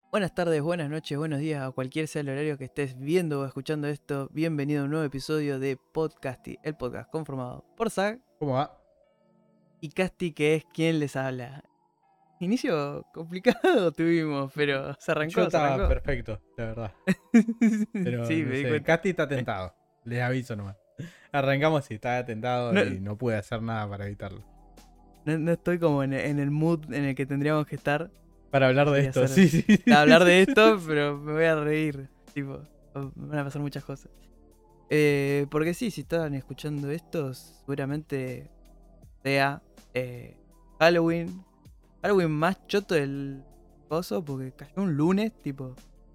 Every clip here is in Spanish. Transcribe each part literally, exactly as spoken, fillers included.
Buenas tardes, buenas noches, buenos días, a cualquier sea el horario que estés viendo o escuchando esto. Bienvenido a un nuevo episodio de Podcasty, el podcast conformado por Zach ¿Cómo va? y Casti, que es quien les habla. Inicio complicado tuvimos, pero se Yo arrancó, se estaba arrancó. perfecto, la verdad. Pero Sí, no me di sé, cuenta. Casti está tentado. Les aviso nomás. Arrancamos y está tentado No, y no pude hacer nada para evitarlo. no, no estoy como en, en el mood en el que tendríamos que estar. Para hablar de Voy a esto, hacer, sí, sí. sí, hablar sí, de sí. esto, pero me voy a reír. Tipo, me van a pasar muchas cosas. Eh, porque sí, si estaban escuchando esto, seguramente sea eh, Halloween. Halloween más choto del coso, porque cayó un lunes, tipo.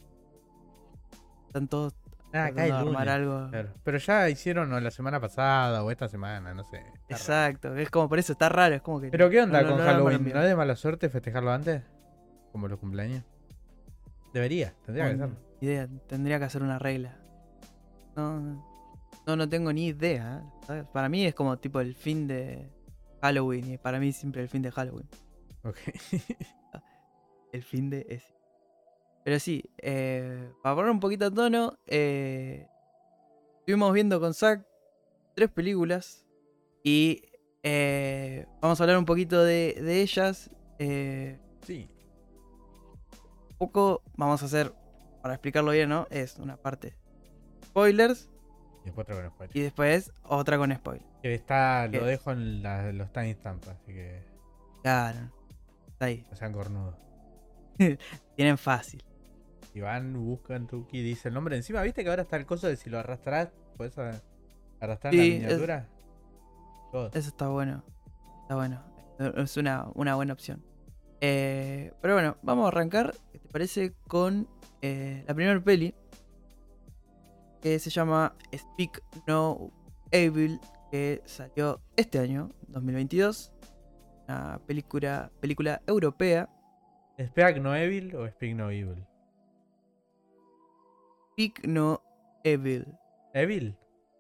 Están todos Ah, acá tratando el de armar lunes. algo. Claro. Pero ya hicieron o la semana pasada o esta semana, no sé. Está raro. Exacto, es como por eso, está raro, es como que Pero ¿qué no, onda no, con no lo armaron Halloween? ¿No bien. es de mala suerte festejarlo antes? Como los cumpleaños. Debería, tendría que No, hacerlo. idea, tendría que hacer una regla. No, no, no tengo ni idea. ¿eh? ¿Sabes? Para mí es como tipo el fin de Halloween, y para mí siempre el fin de Halloween. Ok. El fin de ese. Pero sí, eh, para poner un poquito a tono, eh, estuvimos viendo con Zack tres películas y eh, vamos a hablar un poquito de, de ellas. Eh, Sí. un poco vamos a hacer, para explicarlo bien, ¿no? Es una parte spoilers Y después otra con spoiler. y después otra con spoilers. Que está, lo Que, dejo en la- los timestamps, así que claro, está ahí. no sean cornudos. Tienen fácil. Y van, buscan Tuki, dice el nombre. Encima, ¿viste que ahora está el coso de si lo arrastrás, puedes a- arrastrar en la Sí, es- miniatura? Todo. eso está bueno. Está bueno. Es una, una buena opción. Eh, pero bueno, vamos a arrancar, ¿qué te parece? Con eh, la primera peli, que se llama Speak No Evil, que salió este año, dos mil veintidós. Una película, película europea. ¿Speak No Evil o Speak No Evil? Speak No Evil. ¿Evil?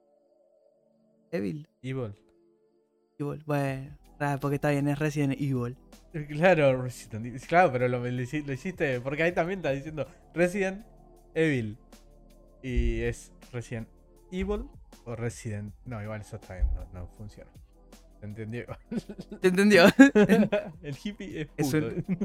Evil. Evil. Evil. Bueno, ah, porque está bien, es Resident Evil. Eh, Claro, Resident Evil. Claro, pero lo, lo hici- lo hiciste. Porque ahí también está diciendo Resident Evil. Y es Resident Evil o Resident. No, igual eso está bien, no, no funciona. ¿Se entendió? ¿Te entendió? El hippie es Es puto. un-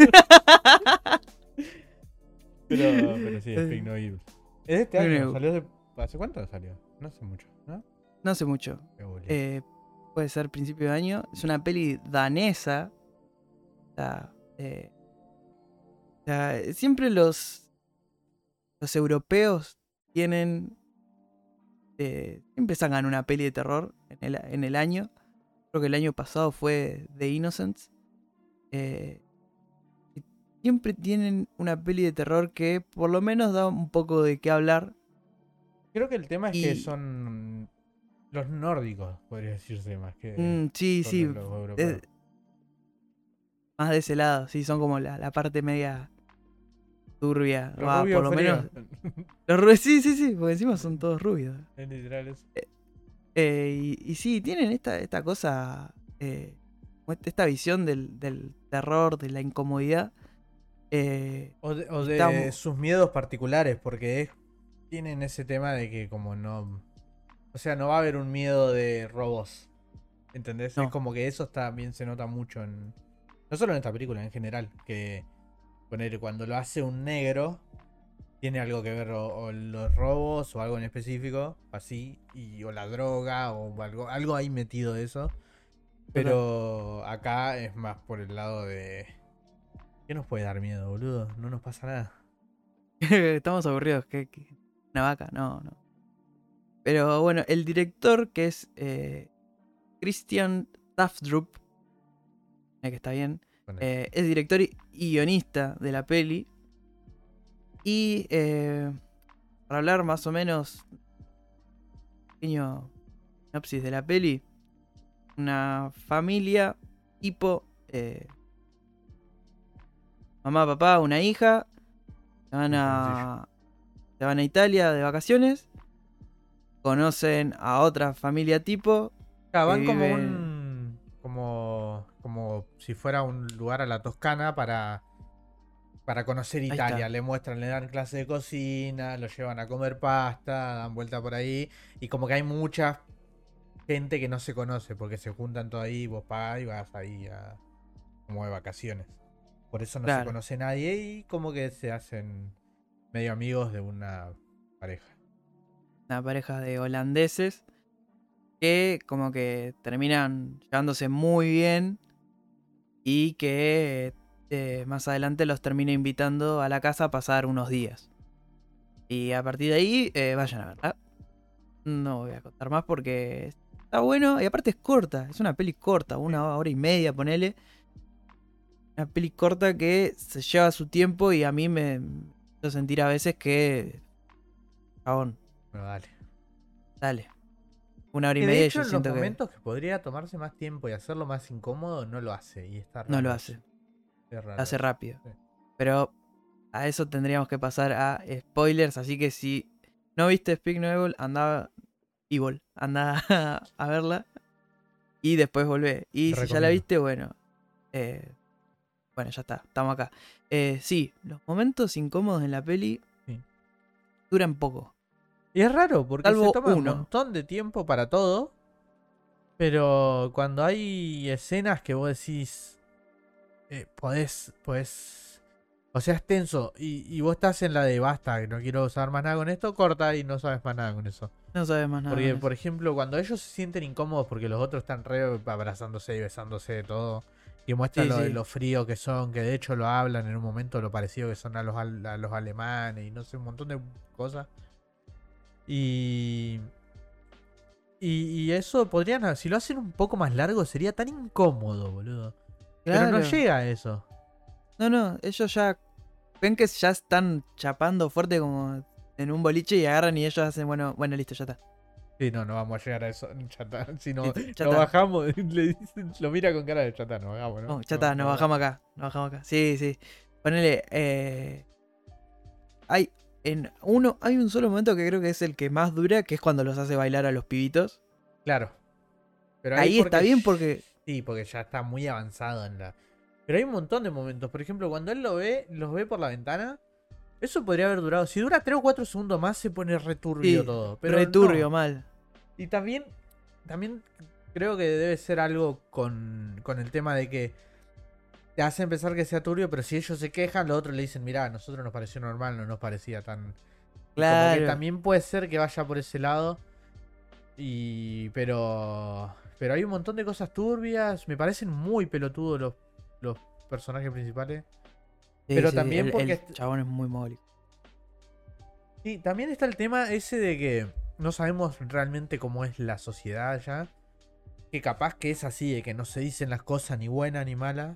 pero, pero sí, Speak No Evil. Es de este Speak No año, Evil. salió de. ¿Hace cuánto salió? No hace mucho, ¿no? No hace mucho. Qué boludo. Eh, puede ser principio de año. Es una peli danesa. O sea, eh, o sea, siempre los, los europeos tienen. Eh, siempre sacan una peli de terror en el, en el año. Creo que el año pasado fue The Innocents. Eh, y siempre tienen una peli de terror que por lo menos da un poco de qué hablar. Creo que el tema es que Y. son los nórdicos, podría decirse, más que mm, sí, son sí. los, los europeos. eh, más de ese lado. Sí, son como la, la parte media turbia. Los Va, por rubios lo fríos. menos. Los rubios, sí, sí, sí. Porque encima son todos rubios. Es literal eso. Eh, y, y sí, tienen esta, esta cosa. Eh, esta visión del, del terror, de la incomodidad. Eh, O de, o de estamos- sus miedos particulares, porque es- tienen ese tema de que como no... O sea, no va a haber un miedo de robos. ¿Entendés? No. Es como que eso también se nota mucho en... No solo en esta película, en general. Que poner cuando lo hace un negro, tiene algo que ver o, o los robos o algo en específico, así, y, o la droga o algo, algo ahí metido de eso. Pero acá es más por el lado de... ¿Qué nos puede dar miedo, boludo? No nos pasa nada. estamos aburridos. ¿qué- qué? ¿Una vaca? No, no. Pero bueno, el director, que es eh, Christian Tafdrup, eh, que está bien, Con él. eh, es director y y guionista de la peli. Y eh, para hablar más o menos, pequeño sinopsis de la peli, una familia tipo eh, mamá, papá, una hija, se van a, se van a Italia de vacaciones, conocen a otra familia tipo. Ah, van que como vive- un. Como. Como si fuera un lugar a la Toscana para. para conocer Ahí Italia. está. Le muestran, le dan clase de cocina, lo llevan a comer pasta, dan vuelta por ahí. Y como que hay mucha gente que no se conoce porque se juntan todo ahí, vos pagás y vas ahí a, como de vacaciones. Por eso no se Claro. conoce nadie y como que se hacen medio amigos de una pareja. Una pareja de holandeses que como que terminan llevándose muy bien y que eh, más adelante los termina invitando a la casa a pasar unos días. Y a partir de ahí, eh, vayan a verla. No voy a contar más porque está bueno y aparte es corta, es una peli corta, una hora y media, ponele. Una peli corta que se lleva su tiempo y a mí me me hizo sentir a veces que, chabón, Bueno, dale. dale. Una hora y Que de media y hecho yo en los siento que momentos que podría tomarse más tiempo y hacerlo más incómodo, no lo hace. Y está no lo raro eso. hace, Es lo raro hace eso. rápido. Sí. Pero a eso tendríamos que pasar a spoilers, así que si no viste Speak No Evil, anda Evil, anda a verla y después volvé. Y si ya la Recomiendo. viste, bueno, eh, bueno, ya está, estamos acá. Eh, sí, los momentos incómodos en la peli Sí. duran poco, Y es raro porque se salvo toma un uno. montón de tiempo para todo. Pero cuando hay escenas que vos decís, eh, podés, podés, o sea, es tenso y, y vos estás en la de basta, que no quiero usar más nada con esto, corta y no sabes más nada con eso. No sabes más nada Porque, con por eso. ejemplo, cuando ellos se sienten incómodos porque los otros están re abrazándose y besándose de todo, y muestran Sí, lo, sí. lo frío que son, que de hecho lo hablan en un momento, lo parecido que son a los, al- a los alemanes y no sé, un montón de cosas. Y, y, y eso podrían, si lo hacen un poco más largo, sería tan incómodo, boludo. Pero no Claro. llega a eso. No, no, ellos ya ven que ya están chapando fuerte como en un boliche y agarran y ellos hacen, bueno, bueno, listo, ya está. Sí, no, no vamos a llegar a eso. Ya está. Si no, Listo, ya no está. bajamos, le dicen, lo mira con cara de chata, no hagamos, ¿no? Oh, ya No, está, no nos hagamos. bajamos acá. Nos bajamos acá. Sí, sí. Ponele, eh, hay en uno, hay un solo momento que creo que es el que más dura, que es cuando los hace bailar a los pibitos. Claro. Pero ahí Ahí está porque. bien porque. Sí, porque ya está muy avanzado en la. Pero hay un montón de momentos. Por ejemplo, cuando él lo ve, los ve por la ventana. Eso podría haber durado. Si dura tres o cuatro segundos más, se pone returbio Sí, todo. Pero returbio no. mal. Y también. También creo que debe ser algo con, con el tema de que te hace pensar que sea turbio, pero si ellos se quejan, los otros le dicen, mirá, a nosotros nos pareció normal, no nos parecía tan. Y como que Claro. también puede ser que vaya por ese lado. Y. Pero. Pero hay un montón de cosas turbias. Me parecen muy pelotudos los, los personajes principales. Sí, Pero sí, sí. también El, porque. el est- chabón es muy móvil. Sí, también está el tema ese de que no sabemos realmente cómo es la sociedad ya. Que capaz que es así, de que no se dicen las cosas ni buena ni mala.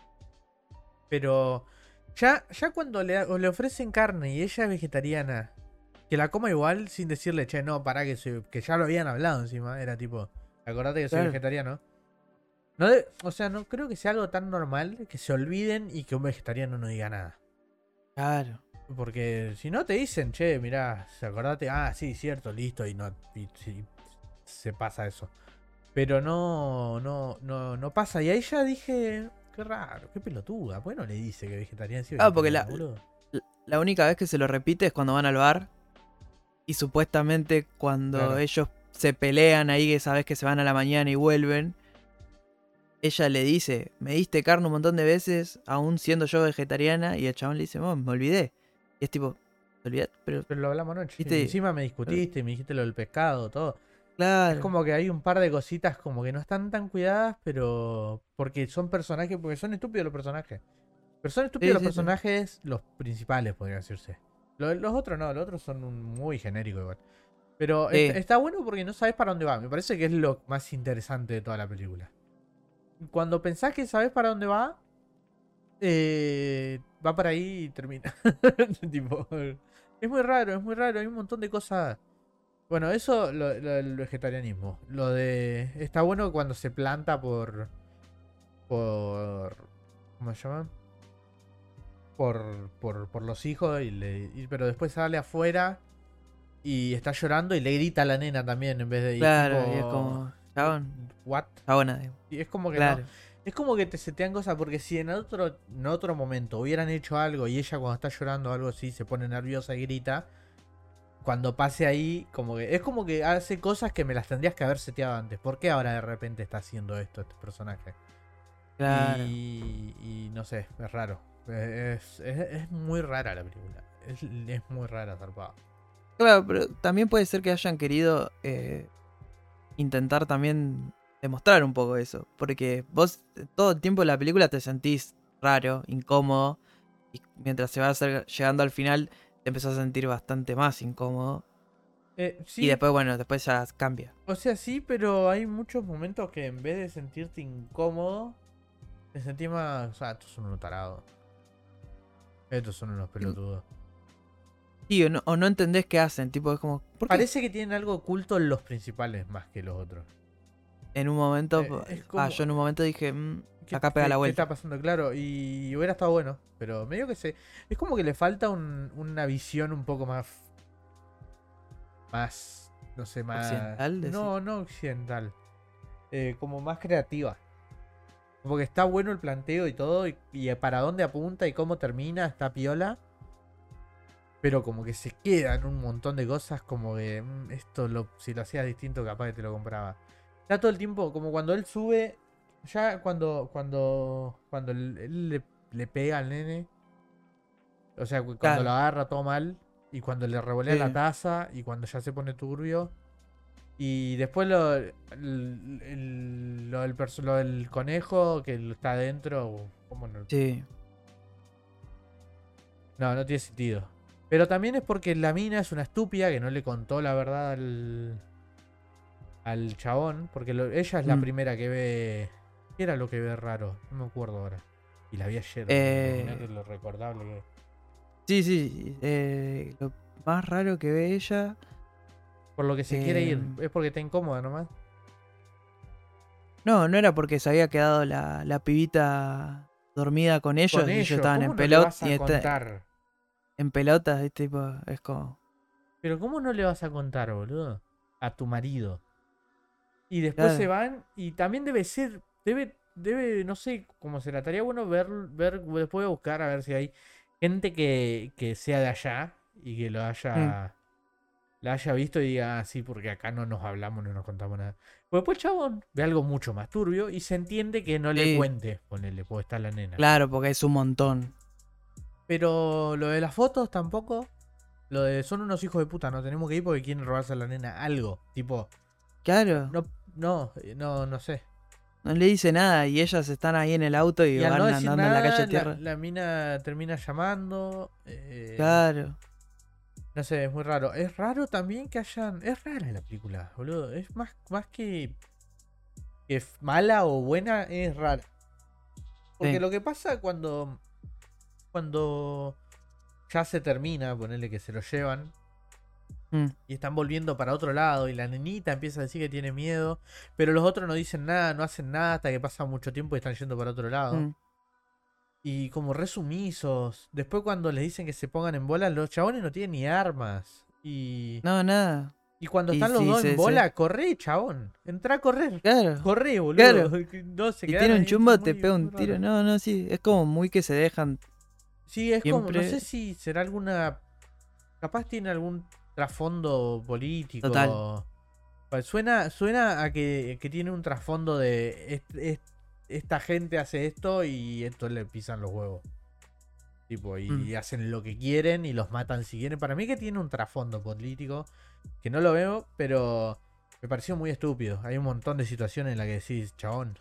Pero. Ya, ya cuando le, o le ofrecen carne y ella es vegetariana, que la coma igual sin decirle, che, no, pará, que, se- que ya lo habían hablado encima. Era tipo, acordate que soy Claro. vegetariano. No de- o sea, no creo que sea algo tan normal que se olviden y que un vegetariano no diga nada. Claro. Porque si no te dicen, che, mirá, acordate, ah, sí, cierto, listo, y no y, sí, se pasa eso. Pero no, no, no, no pasa. Y ahí ya dije, qué raro, qué pelotuda. ¿Por qué no le dice que vegetariana sí Ah, porque vegetariana, la, boludo? la la única vez que se lo repite es cuando van al bar. Y supuestamente cuando Claro. ellos se pelean ahí, que sabes que se van a la mañana y vuelven, ella le dice, me diste carne un montón de veces, aún siendo yo vegetariana, y el chabón le dice, oh, me olvidé. Y es tipo, ¿te olvidaste? Pero, Pero lo hablamos anoche. Y viste, encima me eh, discutiste, me dijiste lo del pescado, todo. Es claro, como que hay un par de cositas como que no están tan cuidadas, pero porque son personajes, porque son estúpidos los personajes. Pero son estúpidos sí, los sí, sí. personajes, los principales, podría decirse. Lo- Los, otros no, los otros son un- muy genéricos igual. Pero está, Sí, está bueno porque no sabes para dónde va. Me parece que es lo más interesante de toda la película. Cuando pensás que sabes para dónde va, eh, va para ahí y termina. Tipo, es muy raro, es muy raro. Hay un montón de cosas. Bueno, eso lo, lo del vegetarianismo. Lo de. Está bueno cuando se planta por. Por. ¿Cómo se llama? Por, por, por los hijos. Y le, y- pero después sale afuera. Y está llorando y le grita a la nena también en vez de. Y es claro, y es tipo. como, chabón, ¿What? chabona, digo, Y es como que no. claro. Es como que te setean cosas, porque si en otro, en otro momento hubieran hecho algo y ella cuando está llorando o algo así se pone nerviosa y grita, cuando pase ahí, como que es como que hace cosas que me las tendrías que haber seteado antes. ¿Por qué ahora de repente está haciendo esto este personaje? Claro. Y, y no sé, es raro. Es, es, es muy rara la película. Es, es muy rara, zarpado. Claro, pero también puede ser que hayan querido eh, intentar también demostrar un poco eso. Porque vos eh, todo el tiempo en la película te sentís raro, incómodo. Y mientras se va a hacer- llegando al final, te empezás a sentir bastante más incómodo. Eh, Y sí, después, bueno, después ya cambia. o sea, sí, pero hay muchos momentos que en vez de sentirte incómodo, te sentís más. O sea, estos son unos tarados. Estos son unos pelotudos. Sí, o no, o no entendés qué hacen. Tipo, es como, ¿por qué? Parece que tienen algo oculto en los principales más que los otros. En un momento, Eh, es ah, como. yo en un momento dije, "Mm, ¿Qué, acá pega la qué- qué está vuelta". pasando? Claro, y hubiera estado bueno. Pero medio que se. Es como que le falta un- una visión un poco más. Más. No sé, más. Occidental, decís. No, no occidental. Eh, como más creativa. Como que está bueno el planteo y todo. Y, y para dónde apunta y cómo termina, está piola. Pero como que se quedan un montón de cosas. Como que mm, esto lo, si lo hacías distinto, capaz que te lo compraba. Está todo el tiempo, como cuando él sube. Ya cuando. Cuando. Cuando él, él le, le pega al nene. O sea, cu- cuando lo Claro, agarra todo mal. Y cuando le revolea la sí, taza. Y cuando ya se pone turbio. Y después lo, el, el- lo, del, perso- lo del conejo que está adentro. ¿Cómo no? sí. No, no tiene sentido. Pero también es porque la mina es una estúpida que no le contó la verdad al, al chabón. Porque lo- ella es la Mm. primera que ve. ¿Qué era lo que ve raro? No me acuerdo ahora. Y la vi ayer, boludo. Eh, Imagínate lo recordable que. sí, sí. eh, lo más raro que ve ella. Por lo que se quiere eh, ir. Es porque está incómoda nomás. no, no era porque se había quedado la, la pibita dormida con Con ellos y ellos ellos, estaban en ¿cómo no le pelota vas y a este- contar? en pelotas, ¿viste? Tipo, es como. Pero ¿cómo no le vas a contar, boludo? A tu marido. Y después se Claro. van. Y también debe ser. Debe, debe, no sé cómo será. Estaría bueno ver, ver. Después voy a buscar a ver si hay gente que, que sea de allá. Y que lo Mm, haya. La haya visto y diga, ah, sí, porque acá no nos hablamos, no nos contamos nada. Pues después el chabón ve algo mucho más turbio y se entiende que no le sí, cuente, ponele, porque está la nena. claro, porque es un montón. Pero lo de las fotos tampoco. Lo de son unos hijos de puta, no tenemos que ir porque quieren robarse a la nena. Algo. Tipo, Claro, no, no, eh, no, no sé. no le dice nada y ellas están ahí en el auto y Y al no van decir andando en la calle nada, de la, tierra. la mina termina llamando. eh, Claro. no sé, es muy raro. Es raro también que hayan. Es rara la película, boludo. Es más, más que, que f- mala o buena, es rara. Porque Sí. lo que pasa cuando. Cuando ya se termina, ponerle que se lo llevan. Mm, Y están volviendo para otro lado. Y la nenita empieza a decir que tiene miedo. Pero los otros no dicen nada, no hacen nada hasta que pasa mucho tiempo y están yendo para otro lado. mm. Y como resumisos. Después cuando les dicen que se pongan en bola, los chabones no tienen ni armas. Y. No, nada. Y cuando Y están los sí, dos en se, se- bola, corre, chabón. Entra a correr. Claro, Corre, boludo. claro. No, se Si quedan tiene un ahí. chumbo, te Muy, pega muy un tiro. raro. No, no, sí. Es como muy que se dejan Sí, es como. No siempre. sé si será alguna. Capaz tiene algún trasfondo Total. político. Pues Suena, suena a que, que tiene un trasfondo de est- est- esta gente hace esto y esto le pisan los huevos. Tipo, y, Mm. y hacen lo que quieren y los matan si quieren. Para mí que tiene un trasfondo político que no lo veo, pero me pareció muy estúpido. Hay un montón de situaciones en las que decís, chabón.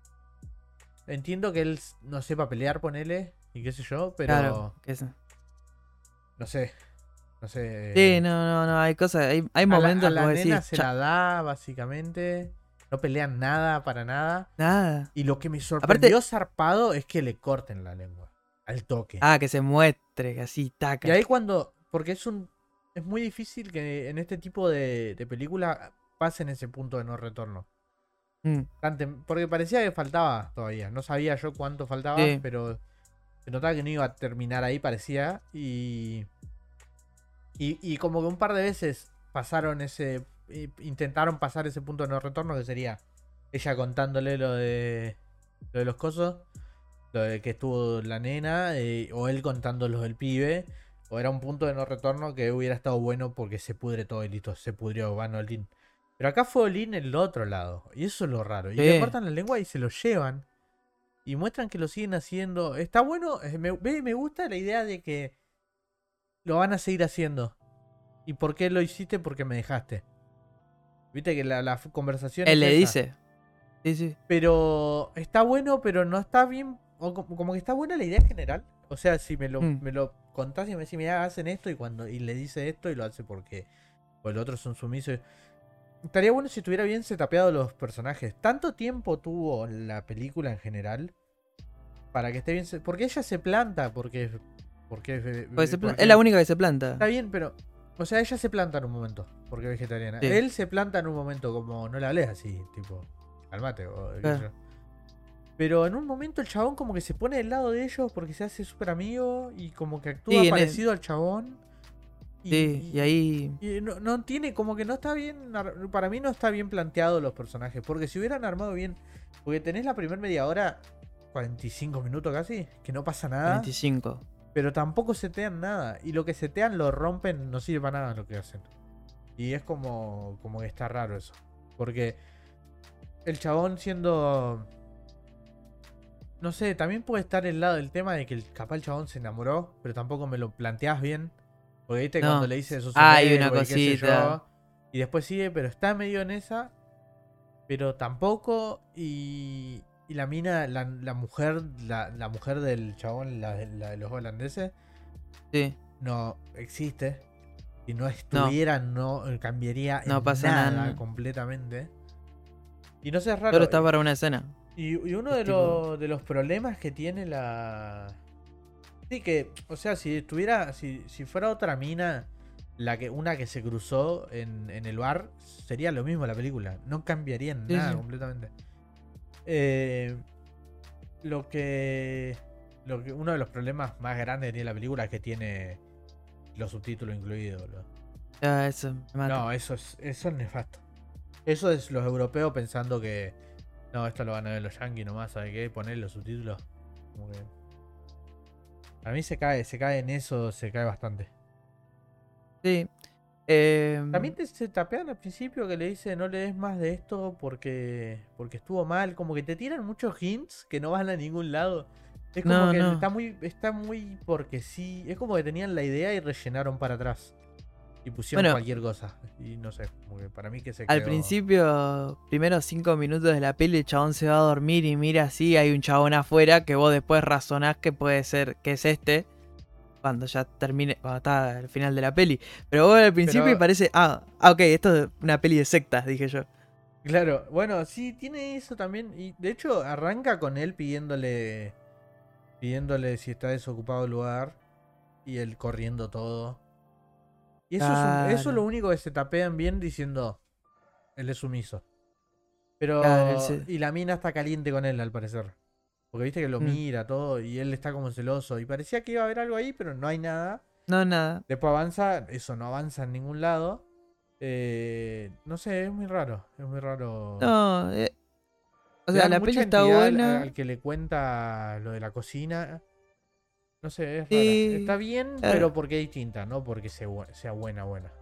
Entiendo que él s- no sepa pelear, ponele, y qué sé yo, Claro. pero Que es- no sé. No sé. Sí, no, no, no. Hay cosas. Hay, hay A la, a momentos que la vos nena decís. se "Cha- la da, básicamente. No pelean nada para nada. Nada. Y lo que me Aparte. sorprendió zarpado es que le corten la lengua. Al toque. Ah, que se muestre, que así, Y taca. ahí cuando. Porque es un. Es muy difícil que en este tipo de, de película pasen ese punto de no retorno. Mm, Tan tem- Porque parecía que faltaba todavía. No sabía yo cuánto faltaba, sí. pero se notaba que no iba a terminar ahí, parecía. Y. Y, y como que un par de veces pasaron ese. i- Intentaron pasar ese punto de no retorno que sería ella contándole lo de. Lo de los cosos, lo de que estuvo la nena, eh, o él contando los del pibe, o era un punto de no retorno que hubiera estado bueno porque se pudre todo y listo, se pudrió, van Olin. Pero acá fue Olin el otro lado, y eso es lo raro. Y le Sí. cortan la lengua y se lo llevan. Y muestran que lo siguen haciendo. Está bueno, eh, me, me me gusta la idea de que lo van a seguir haciendo. ¿Y por qué lo hiciste? Porque me dejaste. Viste que la, la f- conversación Él es le esa. dice. Sí, sí. Pero está bueno, pero no está bien. O como, como que está buena la idea en general. O sea, si me lo, Mm. me lo contás y me decís, mira, hacen esto y cuando y le dice esto y lo hace porque o el otro son sumisos. Estaría bueno si estuviera bien setapeado los personajes. Tanto tiempo tuvo la película en general para que esté bien. se- Porque ella se planta, porque. Porque. Pues se pla- es la Porque única que se planta. está bien, pero. O sea, ella se planta en un momento, porque es vegetariana. Sí. Él se planta en un momento, como no le hables así, tipo, calmate, o qué sé Claro. yo. Pero en un momento el chabón como que se pone del lado de ellos porque se hace súper amigo y como que actúa Sí, en el- parecido al chabón. Y, sí, y y- ahí. y no, no tiene, como que no está bien, ar- para mí no está bien planteado los personajes. Porque si hubieran armado bien, porque tenés la primera media hora, cuarenta y cinco minutos casi, que no pasa nada. veinticinco. Pero tampoco setean nada. Y lo que setean lo rompen, no sirve para nada lo que hacen. Y es como, como que está raro eso. Porque el chabón siendo... No sé, también puede estar el lado del tema de que el, capaz el chabón se enamoró, pero tampoco me lo planteás bien. Porque viste cuando No. le dice sos un Hay una héroe y qué sé cosita. yo. Y después sigue, pero está medio en esa. Pero tampoco. Y, y la mina, la, la mujer, la, la mujer del chabón, la, de- la de los holandeses, Sí. no existe. Si no No. estuviera, no eh, cambiaría No en pasa nada nada. completamente. Y no sé, es Solo raro. está Y, para una escena. y- y uno Es de, tipo. los de los problemas que tiene la. Sí, que, o sea, si estuviera, si, si fuera otra mina, la que, una que se cruzó en, en el bar, sería lo mismo la película. No cambiaría en Sí, nada sí. completamente. Eh, lo que. Lo que. Uno de los problemas más grandes que tiene la película es que tiene los subtítulos incluidos, boludo. Ah, eso me mata. No, eso es, eso es nefasto. Eso es los europeos pensando que. No, esto lo van a ver los yankees nomás, ¿sabe qué? Poner los subtítulos. Como que. A mí se cae, se cae en eso, se cae bastante. Sí. Eh, También te, se tapean al principio que le dice no le des más de esto porque. Porque estuvo mal. Como que te tiran muchos hints que no van a ningún lado. Es como no, que no. está muy. Está muy porque sí. Es como que tenían la idea y rellenaron para atrás. Y pusieron Bueno, cualquier cosa. Y no sé, como que para mí que se al quedó. principio, primeros cinco minutos de la peli, el chabón se va a dormir y mira así, hay un chabón afuera que vos después razonás que puede ser, que es este, cuando ya termine, cuando está al final de la peli. Pero vos al principio y Pero, parece, ah, ah, ok, esto es una peli de sectas, dije yo. claro, bueno, sí, tiene eso también. Y de hecho, arranca con él pidiéndole. Pidiéndole si está desocupado el lugar. Y él corriendo todo. Y eso es un, eso es lo Claro, único que se tapean bien diciendo. Él es sumiso. claro, él Pero. se... Y la mina está caliente con él, al parecer. Porque viste que lo mm, mira todo. Y él está como celoso. Y parecía que iba a haber algo ahí, pero no hay nada. no, nada. Después avanza. Eso no avanza en ningún lado. Eh, no sé, es muy raro. Es muy raro. No, eh, o Le sea, dan la peli mucha está entidad al, buena. al que le cuenta lo de la cocina. No sé, es rara. Está Sí, bien, eh, pero porque es distinta, no porque sea, bu- sea buena, buena.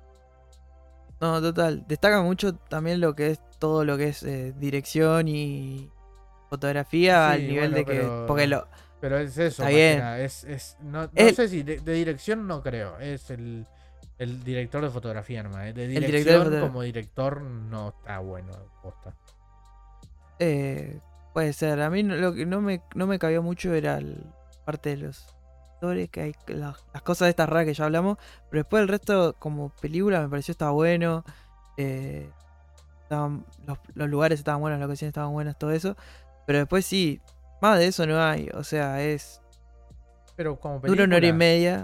no, total. Destaca mucho también lo que es todo lo que es eh, dirección y fotografía al Sí, nivel bueno, de que. Porque pero. lo. Pero es eso, Está más que bien. nada. Es, es, no, no Es sé si de, de dirección no creo. Es el, el director de fotografía nomás. ¿Eh? De el director de dirección fotografía. como director no está bueno. Posta. Eh, puede ser. A mí no- lo que no me, no me cabió mucho era el- parte de los actores, que hay que las, las cosas de estas raras que ya hablamos. Pero después el resto, como película, me pareció estaba bueno. eh, estaban- los, los lugares estaban buenos, las locaciones estaban buenas, todo eso. Pero después sí, más de eso no hay. O sea, es. Pero como Dura una hora y película. media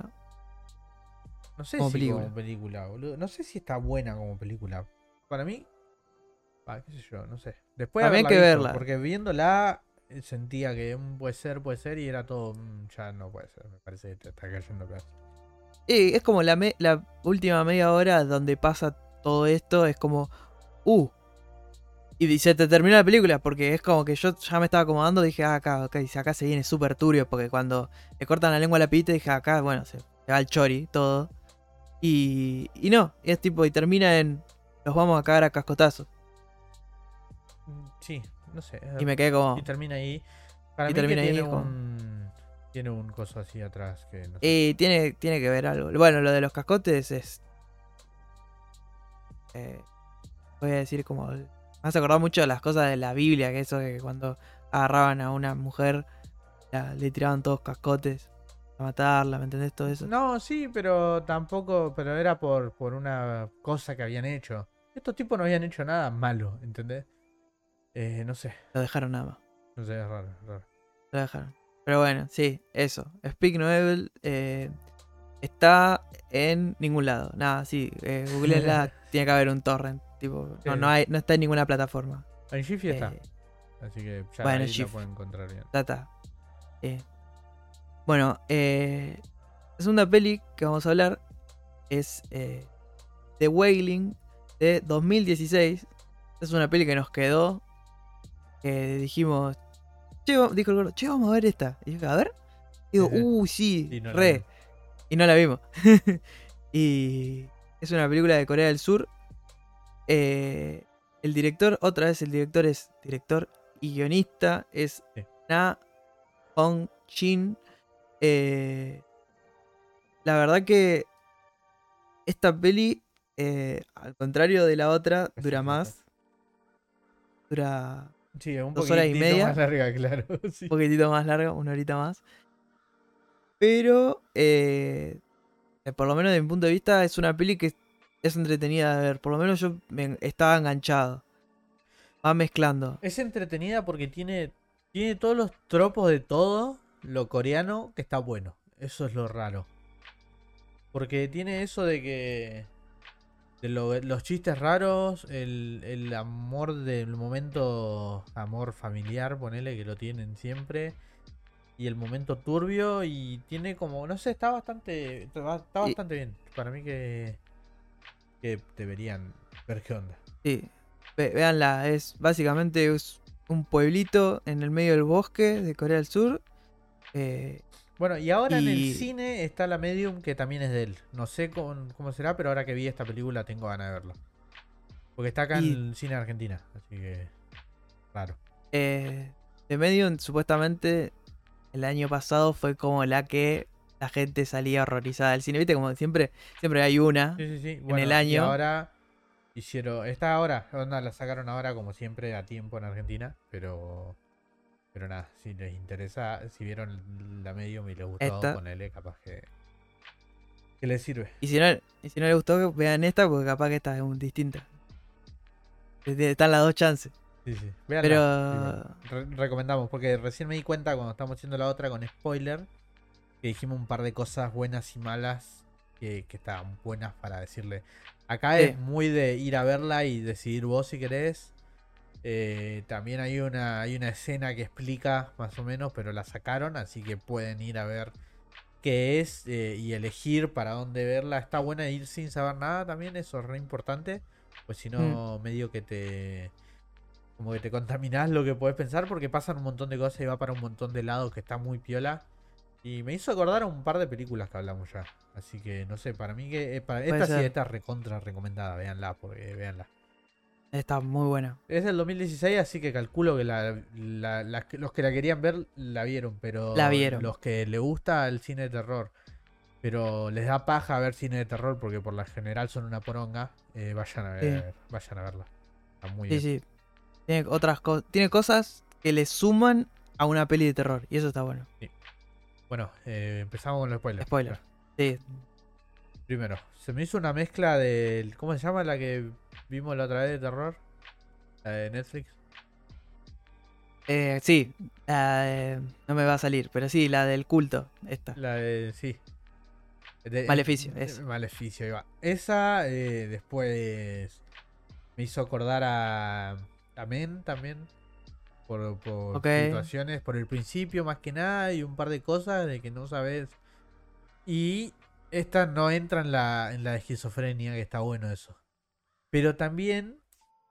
No sé como si película. como película, boludo. No sé si está buena como película. Para mí, ah, qué sé yo, no sé. Después de También hay haberla que visto, verla. porque viéndola eh, sentía que mm, puede ser, puede ser, y era todo, mm, ya no puede ser. Me parece que te está cayendo a pedazos. Y es como la, me- la última media hora donde pasa todo esto. Es como. Uh, Y se te terminó la película, porque es como que yo ya me estaba acomodando, dije, ah, acá, acá, dice, acá se viene súper turbio, porque cuando le cortan la lengua a la pibita, dije, acá, bueno, se, se va el chori, todo. Y, y no, y es tipo, y termina en, los vamos a cagar a cascotazos. Mm, Sí, no sé. Y me eh, quedé Y como, termina ahí. Para y mí que termina ahí, tiene es como, un. Tiene un coso así atrás que no sé. y tiene, tiene que ver algo. Bueno, lo de los cascotes es, eh, voy a decir como, me hace acordar mucho de las cosas de la Biblia, que eso que cuando agarraban a una mujer, la- le tiraban todos cascotes a matarla, ¿me entendés? Todo eso. No, sí, pero tampoco. Pero era por, por una cosa que habían hecho. Estos tipos no habían hecho nada malo, ¿entendés? Eh, no sé. Lo dejaron nada más. No sé, es raro, es raro. Lo dejaron. Pero bueno, sí, eso. Speak No Evil eh, está en ningún lado. Nada, sí. Eh, googleenla, tiene que haber un torrent. Tipo, no, no, Sí. hay, no está en ninguna plataforma. En Jiffy está. Eh, Así que ya bueno, ahí la Shift. pueden encontrar bien. Ya está. Eh, bueno, eh, la segunda peli que vamos a hablar es eh, The Wailing de dos mil dieciséis. Es una peli que nos quedó. Que dijimos, che, va- dijo el gordo, che, vamos a ver esta. Y yo, a ver. Digo, uy, sí, Y no la re. vimos. Y no la vimos. Y es una película de Corea del Sur. Eh, el director, otra vez el director es director y guionista, es Sí. Na Hong Shin. Eh, la verdad que esta peli, eh, al contrario de la otra, Así dura que está. más. Dura Sí, es un dos horas y poquitito media. más larga, claro. Sí. Un poquitito más larga, una horita más. Pero, eh, eh, por lo menos de mi punto de vista, es una peli que es entretenida de ver. Por lo menos yo me estaba enganchado. Va mezclando. Es entretenida porque tiene, tiene todos los tropos de todo lo coreano que está bueno. Eso es lo raro. Porque tiene eso de que. De lo- los chistes raros, el, el amor del momento, amor familiar, ponele que lo tienen siempre. Y el momento turbio y tiene como, no sé, está bastante, está está Y, bastante bien. Para mí que, que deberían ver qué onda. sí, ve- véanla, es básicamente es un pueblito en el medio del bosque de Corea del Sur. eh, Bueno, y ahora en el y, cine está la Medium que también es de él. No sé cómo, cómo será, pero ahora que vi esta película tengo ganas de verla. Porque está acá en y el cine Argentina, así que claro. eh, The Medium supuestamente el año pasado fue como la que la gente salía horrorizada del cine. Viste, como siempre, siempre hay una Sí, sí, sí. en el Bueno, y año. ahora hicieron, está ahora, onda, la sacaron ahora como siempre a tiempo en Argentina, pero pero nada, si les interesa, si vieron la Medium y les gustó, Esta. ponele capaz que que les sirve. Y si no, y si no les gustó, vean esta, porque capaz que esta es un distinta. Están las dos chances. Sí, sí. Véanla. Pero. Tipo, re- recomendamos, porque recién me di cuenta cuando estábamos haciendo la otra con spoiler, que dijimos un par de cosas buenas y malas que, que estaban buenas para decirle. Acá es Sí. muy de ir a verla y decidir vos si querés. Eh, también hay una, hay una escena que explica más o menos, pero la sacaron, así que pueden ir a ver qué es eh, y elegir para dónde verla. Está buena ir sin saber nada también, eso es re importante. Pues si Mm. no, medio que te como que te contaminás lo que podés pensar porque pasan un montón de cosas y va para un montón de lados que está muy piola. Y me hizo acordar a un par de películas que hablamos ya. Así que no sé, para mí que eh, para, Puede esta sí, ser. esta es recontra recomendada, véanla, porque véanla. Está muy buena. Es del dos mil dieciséis, así que calculo que la, la- la- los que la querían ver la vieron, La pero vieron. los que le gusta el cine de terror, pero les da paja ver cine de terror porque por la general son una poronga, eh, vayan a Sí, ver, vayan a verla. Está muy sí, bien. sí. Tiene otras cosas. Tiene cosas que le suman a una peli de terror. Y eso está bueno. Bueno, eh, empezamos con los spoilers. Spoiler. Sí. Primero, se me hizo una mezcla del. ¿Cómo se llama la que vimos la otra vez de terror? La de Netflix. Eh, sí. La de- no me va a salir. Pero sí, la del culto. Esta. La de. Sí. De- Maleficio, de- eso. Maleficio, ahí va. Esa, eh, después. Me hizo acordar a. A Men también. Por, por Ok. situaciones. Por el principio, más que nada. Y un par de cosas de que no sabes. Y. Esta no entra en la, en la esquizofrenia, que está bueno eso. Pero también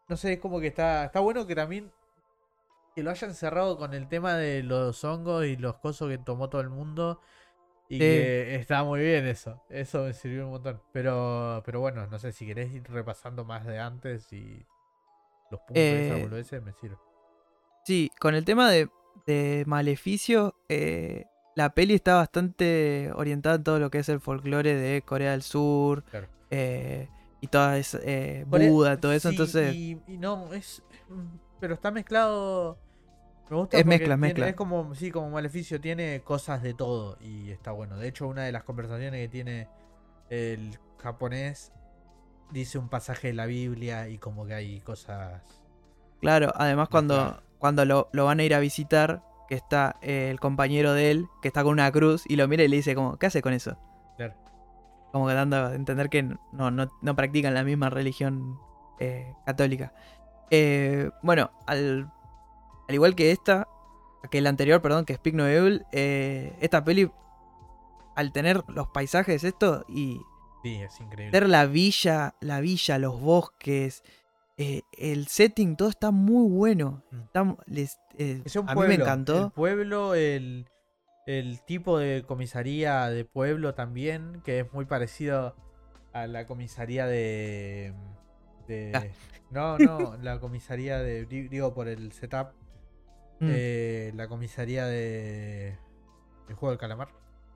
no sé, es como que está, está bueno que también que lo hayan cerrado con el tema de los hongos y los cosos que tomó todo el mundo. Y Sí. que está muy bien eso. Eso me sirvió un montón. Pero, pero bueno, no sé, si querés ir repasando más de antes y los puntos y esas Eh, boludeces, me sirve. sí, con el tema de, de Maleficio, eh, la peli está bastante orientada en todo lo que es el folclore de Corea del Sur, Claro. eh, y toda esa, eh, Corea- Buda, todo eso, sí, entonces y, y no, es. mm, Pero está mezclado. Me gusta es porque mezcla, tiene, es mezcla. como, sí, como Maleficio, tiene cosas de todo y está bueno. De hecho, una de las conversaciones que tiene el japonés dice un pasaje de la Biblia y como que hay cosas Claro, además mezcladas. cuando, cuando lo, lo van a ir a visitar, que está eh, el compañero de él, que está con una cruz, y lo mira y le dice como, ¿qué hace con eso? Claro. Como que dando a entender que no, no, no practican la misma religión eh, católica. Eh, bueno, al, al igual que esta, que la anterior, perdón, que es Speak No Evil, eh, esta peli, al tener los paisajes, esto, y Sí, es increíble. ver la villa, la villa, los bosques, eh, el setting, todo está muy bueno. Mm. Está- les- eh, Que sea un a mí me pueblo. El encantó. pueblo, el, el tipo de comisaría de pueblo también, que es muy parecido a la comisaría de. Ah, de no, no, la comisaría de. di- Digo, por el setup. mm, eh, la comisaría de. El juego del calamar.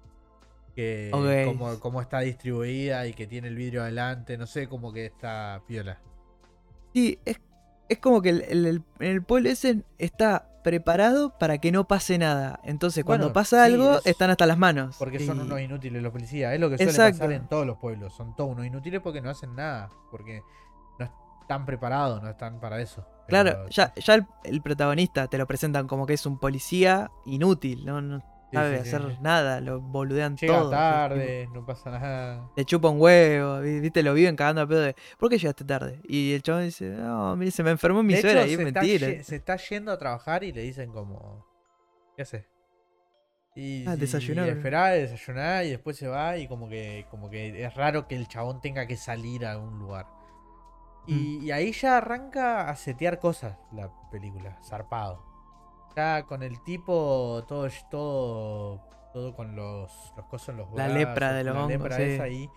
Que ok. como, como está distribuida y que tiene el vidrio adelante, no sé, como que está piola. Sí, es, es como que el, el, el- el pueblo ese está preparado para que no pase nada. Entonces, cuando Bueno, pasa sí, algo, es. están hasta las manos. Porque son Y... unos inútiles los policías. Es lo que suele pasar en Exacto. todos los pueblos. Son todos unos inútiles porque no hacen nada. Porque no están preparados, no están para eso. Claro, Pero sí, ya, ya el, el protagonista te lo presentan como que es un policía inútil, no, no sí, sabe sí, sí. hacer nada, lo boludean Llega todo. Es tipo, tarde, no pasa nada. le chupa un huevo, vi- viste, lo viven cagando a pedo de, ¿por qué llegaste tarde? Y el chabón dice, no, mire, se me enfermó mi De suegra, hecho, y es se está, mentira. ye- se está yendo a trabajar y le dicen como. ¿Qué hace? Ah, Y, y desayunar. esperar, desayunar y después se va y como que, como que es raro que el chabón tenga que salir a algún lugar. Mm. Y, y ahí ya arranca a setear cosas la película, zarpado. Ya con el tipo, todo, todo, todo con los, los cosos en los La lepra brazos, de los la hongos, lepra esa sí. ahí.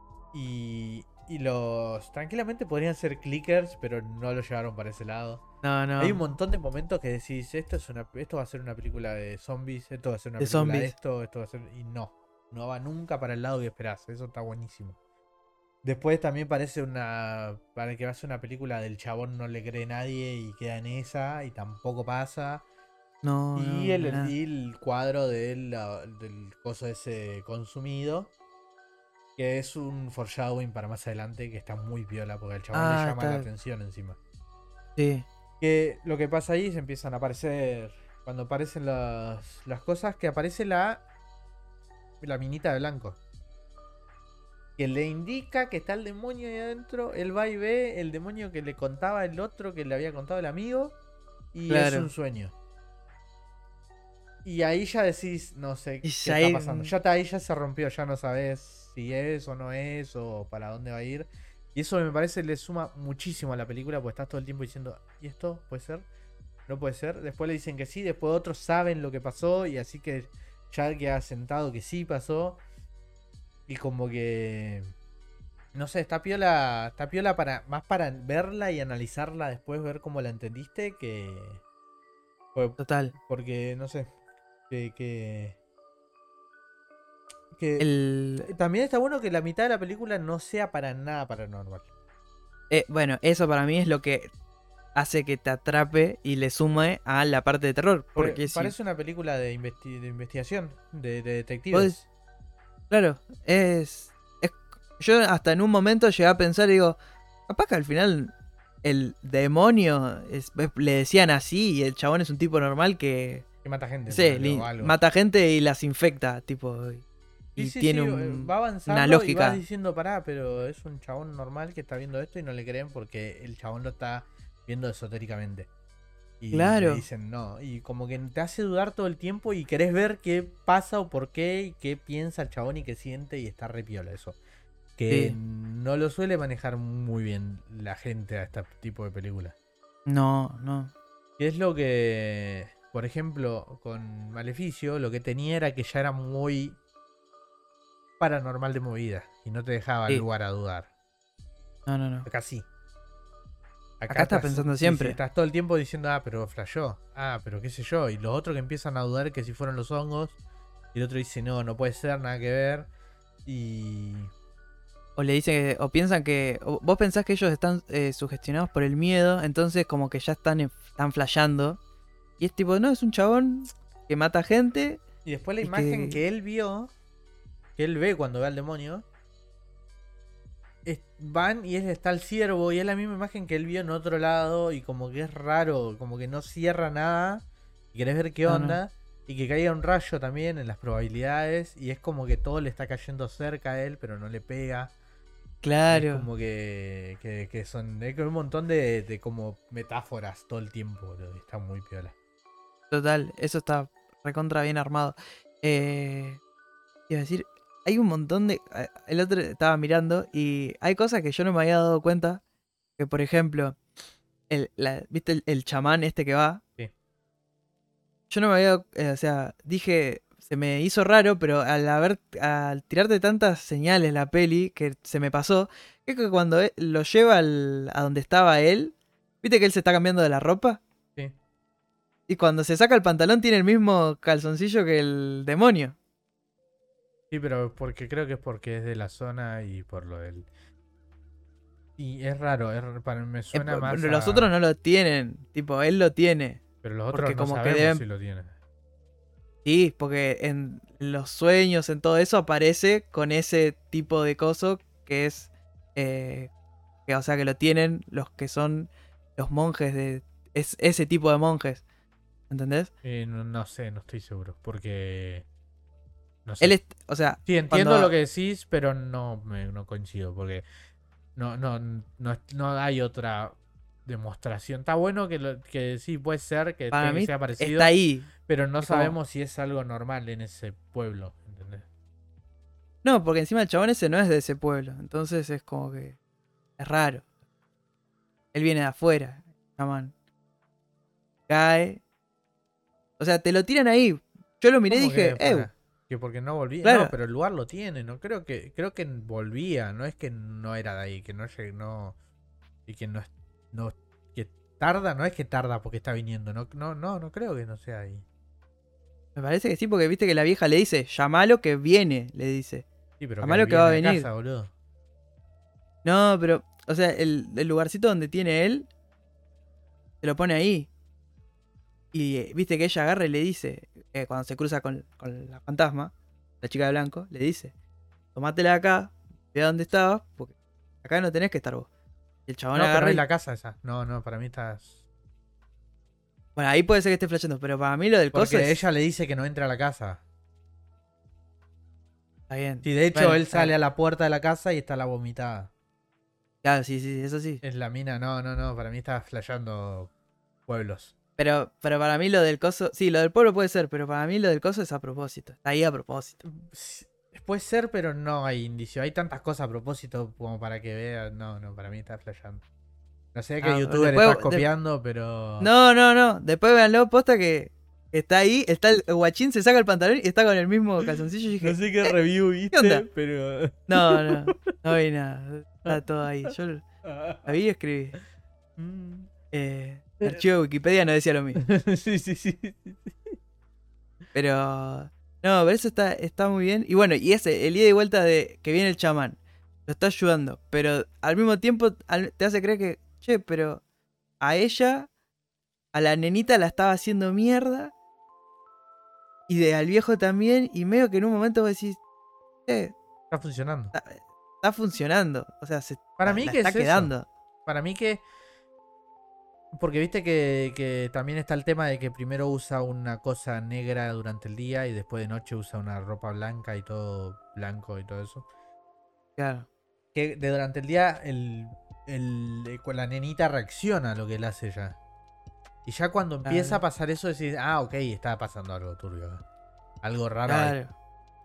Y, y los, tranquilamente podrían ser clickers, pero no lo llevaron para ese lado. No, Hay un no, montón de momentos que decís, esto es una, esto va a ser una película de zombies, esto va a ser una de película de zombies. esto, esto va a ser. Y no, no va nunca para el lado que esperás. Eso está buenísimo. Después también parece una. Para que va a ser una película del chabón no le cree nadie y queda en esa y tampoco pasa. No, Y no, el, no, nada. y el cuadro del, del coso ese consumido. Que es un foreshadowing para más adelante que está muy piola porque al chabón le Ah, llama la está, atención encima. sí. Que lo que pasa ahí se empiezan a aparecer. Cuando aparecen las, las cosas, que aparece la. La minita de blanco. Que le indica que está el demonio ahí adentro. Él va y ve el demonio que le contaba el otro, que le había contado el amigo. Y es un Claro. sueño. Y ahí ya decís, no sé Y qué ya está ahí, pasando. Ya está, ahí ya se rompió, ya no sabes si es o no es o para dónde va a ir. Y eso me parece le suma muchísimo a la película porque estás todo el tiempo diciendo, ¿y esto puede ser? No puede ser. Después le dicen que sí, después otros saben lo que pasó y así que ya queda sentado que sí pasó. Y como que no sé, está piola, está piola para más para verla y analizarla después, ver cómo la entendiste que pues, total. porque no sé, que que que El, también está bueno que la mitad de la película no sea para nada paranormal. eh, bueno, eso para mí es lo que hace que te atrape y le sume a la parte de terror. Porque Porque si parece una película de, investi- de investigación, de, de vos, detectives. claro, es, es. Yo hasta en un momento llegué a pensar y digo, capaz que al final el demonio es- es- le decían así y el chabón es un tipo normal que, Que mata no gente, sé, ponele, o li- algo. mata gente y las infecta, tipo, Sí, y sí, tiene sí, eh, un- va una avanzando y vas lógica. diciendo, pará, pero es un chabón normal que está viendo esto y no le creen porque el chabón lo está viendo esotéricamente. Y le Claro, dicen no. Y como que te hace dudar todo el tiempo y querés ver qué pasa o por qué y qué piensa el chabón y qué siente y está re piola eso. Que Sí. no lo suele manejar muy bien la gente a este tipo de películas. No, no. Que es lo que, por ejemplo, con Maleficio, lo que tenía era que ya era muy paranormal de movida y no te dejaba Sí. lugar a dudar. No, no, no. Acá sí. Acá estás estás, pensando sí, sí, siempre. estás todo el tiempo diciendo, ah, pero flashó. Ah, pero qué sé yo. Y los otros que empiezan a dudar que si fueron los hongos. Y el otro dice, no, no puede ser, nada que ver. Y... O le dicen que, o piensan que, o vos pensás que ellos están eh, sugestionados por el miedo, entonces como que ya están, en- están flasheando. Y es tipo, no, es un chabón que mata gente Y después la y imagen que... que él vio, que él ve cuando ve al demonio, es- van y él está el ciervo y es la misma imagen que él vio en otro lado y como que es raro, como que no cierra nada y querés ver qué No, no. onda y que caiga un rayo también en las probabilidades y es como que todo le está cayendo cerca a él pero no le pega. Es Claro, como que, que, que son es como un montón de, de como metáforas todo el tiempo, boludo, y está muy piola. total, eso está recontra bien armado. Eh, iba a decir, hay un montón de... eh, El otro estaba mirando y hay cosas que yo no me había dado cuenta. Que por ejemplo, el, la- ¿viste el, el chamán este que va? Sí. Yo no me había... eh, o sea, dije, se me hizo raro, pero al haber... Al tirarte tantas señales la peli, que se me pasó, es que cuando él- lo lleva al- a donde estaba él, ¿viste que él se está cambiando de la ropa? Sí. Y cuando se saca el pantalón tiene el mismo calzoncillo que el demonio. Sí, pero porque creo que es porque es de la zona y por lo del... Y es raro, es, para, me Eh, suena p- más pero los otros a... no lo tienen. Tipo, él lo tiene. Pero los otros Porque no como que sabemos si deben... lo tienen. Sí, porque en los sueños, en todo eso, aparece con ese tipo de coso que es... eh, que, o sea, que lo tienen los que son los monjes de... Es ese tipo de monjes. ¿Entendés? Eh, no, no sé, no estoy seguro. Porque... No Él sé. es... O sea, Sí, entiendo lo cuando... que decís, pero no, me, no coincido. Porque no, no, no, no hay otra demostración. Está bueno que, lo, que sí puede ser que, Para te- que mí sea está parecido. ahí. Pero no Es como... sabemos si es algo normal en ese pueblo. ¿Entendés? No, porque encima el chabón ese no es de ese pueblo. Entonces es como que... Es raro. Él viene de afuera. Chamán. Cae. O sea, te lo tiran ahí. Yo lo miré y ¿Cómo dije, que ¡ew! para? Que porque no volvía. No, Claro. pero el lugar lo tiene, no creo que. Creo que volvía, no es que no era de ahí, que no lleg- no. Y que no es. No, que tarda, no es que tarda porque está viniendo. No, no, no, no creo que no sea ahí. Me parece que sí, porque viste que la vieja le dice, llamalo que viene, le dice. Sí, pero que Llamalo que va a viene a venir. casa, boludo. No, pero, o sea, el, el lugarcito donde tiene él, se lo pone ahí. Y eh, viste que ella agarra y le dice, eh, cuando se cruza con, con la fantasma, la chica de blanco, le dice, tomátela acá, ve a dónde estabas, porque acá no tenés que estar vos. Y el chabón No, pero agarra es y... la casa esa. No, no, para mí estás. Bueno, ahí puede ser que esté flasheando, pero para mí lo del coso Porque es... ella le dice que no entra a la casa. Está bien. Sí, de hecho Bueno, él está sale bien. a la puerta de la casa y está la vomitada. Claro, sí, sí, eso sí. Es la mina, no, no, no, para mí está flasheando pueblos. Pero, pero para mí lo del coso, sí, lo del pueblo puede ser, pero para mí lo del coso es a propósito. Está ahí a propósito. Sí, puede ser, pero no hay indicio. Hay tantas cosas a propósito como para que veas. No, no, para mí está flasheando. No sé qué Ah, youtuber después, estás de- copiando, pero. no, no, no. Después véanlo, posta que está ahí, está el guachín, se saca el pantalón y está con el mismo calzoncillo. Y dije, No sé qué review viste, onda? pero. no, no, no vi nada. Está todo ahí. Yo lo la vi y escribí. Mm. Eh, el archivo de Wikipedia no decía lo mismo. Sí, sí, sí. Pero. No, pero eso está, está muy bien. Y bueno, y ese, el ida y vuelta de que viene el chamán. Lo está ayudando. Pero al mismo tiempo al- te hace creer que. Che, pero a ella, a la nenita la estaba haciendo mierda. Y de al viejo también. Y medio que en un momento vos decís. Che, Está funcionando. está, está funcionando. O sea, se Para la, mí, la ¿qué está es eso? quedando. Para mí que. Porque viste que, que también está el tema de que primero usa una cosa negra durante el día y después de noche usa una ropa blanca y todo blanco y todo eso. Claro. Que de durante el día el, el, eh, la nenita reacciona a lo que él hace ya. Y ya cuando empieza Claro. a pasar eso decís, ah, ok, está pasando algo turbio acá. Algo raro ahí. Claro.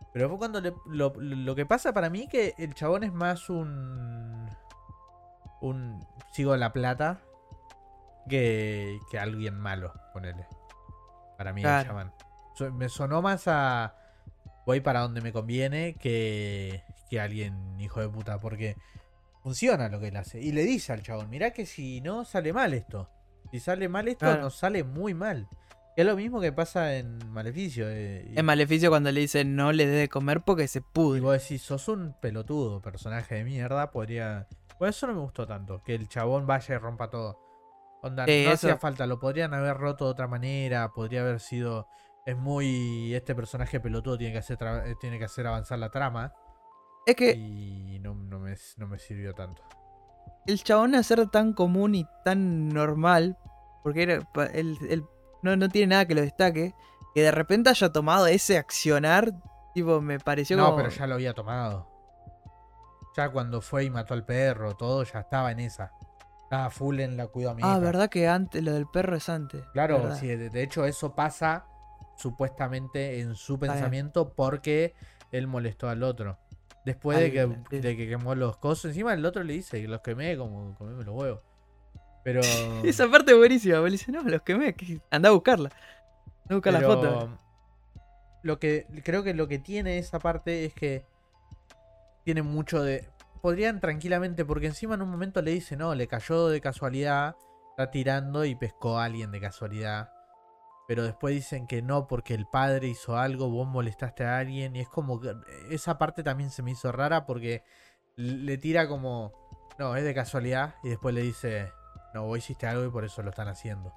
Pero después cuando le- lo, lo que pasa para mí que el chabón es más un... Un... Sigo la plata que, que alguien malo, ponele. Para mí el Claro. chamán. So- me sonó más a... Voy para donde me conviene que, que alguien hijo de puta. Porque funciona lo que él hace. Y le dice al chabón, mirá que si no sale mal esto. Si sale mal esto, Claro. nos sale muy mal. Es lo mismo que pasa en Maleficio. eh, y, Es Maleficio cuando le dice no le dé de comer porque se y pudre. vos decís, sos un pelotudo, personaje de mierda. Podría... Bueno, eso no me gustó tanto. Que el chabón vaya y rompa todo. Onda, Sí, no hacía eso. falta, lo podrían haber roto de otra manera, podría haber sido... Es muy... Este personaje pelotudo tiene que hacer, tra- eh, tiene que hacer avanzar la trama Es que y no, no me, no me sirvió tanto. el chabón a ser tan común y tan normal, porque era, pa- él, él no, no tiene nada que lo destaque, que de repente haya tomado ese accionar, tipo, me pareció No, como... pero ya lo había tomado. Ya cuando fue y mató al perro, todo, ya estaba en esa. Estaba full en la cuido a mi Ah, hija. verdad que antes, lo del perro es antes. Claro, Verdad. sí, de, de hecho eso pasa supuestamente en su Está bien. pensamiento porque él molestó al otro. Después Al- de, que, sí. de que quemó los cosos, encima el otro le dice que los quemé como comeme los huevos. Pero. Esa parte es buenísima, me dice, no, los quemé, que- anda a buscarla. Anda a buscar la foto. pero lo que creo que lo que tiene esa parte es que tiene mucho de. Podrían tranquilamente, porque encima en un momento le dice, no, le cayó de casualidad, está tirando y pescó a alguien de casualidad. Pero después dicen que no, porque el padre hizo algo, vos molestaste a alguien. Y es como que esa parte también se me hizo rara porque le tira como, no, es de casualidad. Y después le dice, no, vos hiciste algo y por eso lo están haciendo.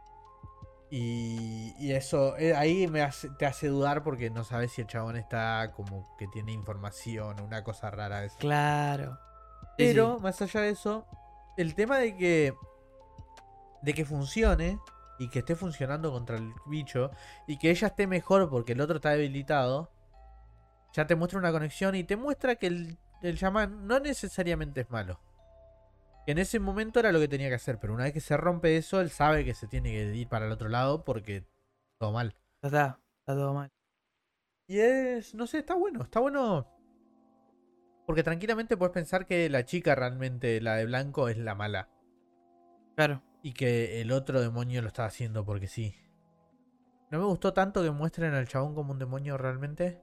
Y, y eso, eh, ahí me hace- te hace dudar porque no sabes si el chabón está como que tiene información, una cosa rara esa. Claro. Sí, Pero, sí. más allá de eso, el tema de que. De que funcione. Y que esté funcionando contra el bicho. Y que ella esté mejor porque el otro está debilitado. Ya te muestra una conexión. Y te muestra que el, el chamán no necesariamente es malo. Que en ese momento era lo que tenía que hacer. Pero una vez que se rompe eso, él sabe que se tiene que ir para el otro lado. Porque todo mal. Ya está, está todo mal. Y es. No sé, está bueno. Está bueno. Porque tranquilamente puedes pensar que la chica realmente, la de blanco, es la mala. Claro. Y que el otro demonio lo está haciendo porque sí. No me gustó tanto que muestren al chabón como un demonio realmente.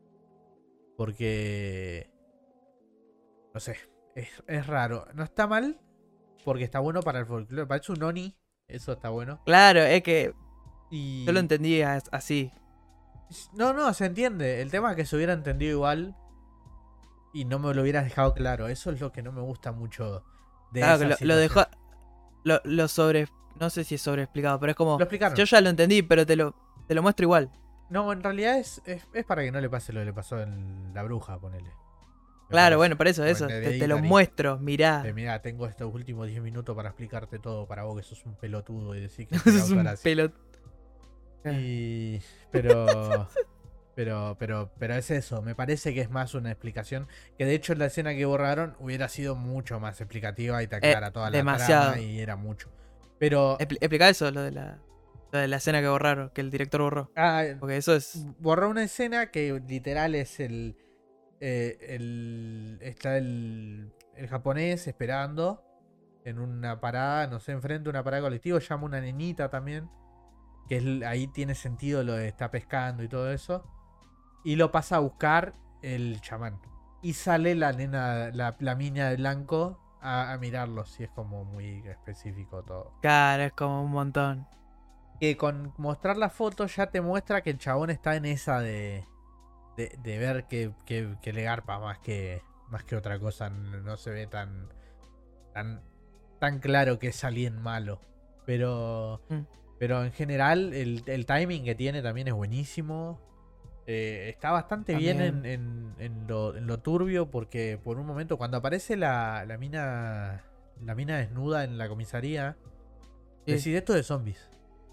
Porque... No sé. Es, es raro. No está mal. Porque está bueno para el folclore. Parece un Oni. Eso está bueno. Claro, es que Y... yo lo entendía as- así. No, no, se entiende. El tema es que se hubiera entendido igual. Y no me lo hubieras dejado claro. Eso es lo que no me gusta mucho de Claro, que esa lo, lo situación. dejó. Lo, lo sobre. No sé si es sobreexplicado, pero es como. Lo explicaron. Yo ya lo entendí, pero te lo, te lo muestro igual. No, en realidad es, es, es para que no le pase lo que le pasó en la bruja, ponele. Me Claro, parece. bueno, por eso, Como eso. en The Te, te lo Hereditary. muestro, mirá. Eh, Mirá, tengo estos últimos diez minutos para explicarte todo para vos que sos un pelotudo y decir que Eso te es causa un gracia. pelot. Y... Pero... Pero, pero, pero es eso, me parece que es más una explicación. Que de hecho en la escena que borraron hubiera sido mucho más explicativa y te aclara toda la demasiado. trama y era mucho. Pero... Expli- Explica eso, lo de la. Lo de la escena que borraron, que el director borró. Ah, Porque eso es. borró una escena que literal es el... eh, el está el, el japonés esperando en una parada, no sé, enfrente de una parada colectiva, llama una nenita también, que es, ahí tiene sentido lo de está pescando y todo eso, y lo pasa a buscar el chamán. Y sale la nena, la, la mina de blanco a, a mirarlos, y es como muy específico todo. Claro, es como un montón. Que con mostrar la foto ya te muestra que el chabón está en esa de... De, de ver que, que, que le garpa más que, más que otra cosa. No, no se ve tan, tan tan claro que es alguien malo. Pero Mm. pero en general el, el timing que tiene también es buenísimo. Eh, está bastante bien en, También. en, en lo, en lo turbio porque por un momento cuando aparece la, la mina la mina desnuda en la comisaría, Sí. decís esto es de zombies.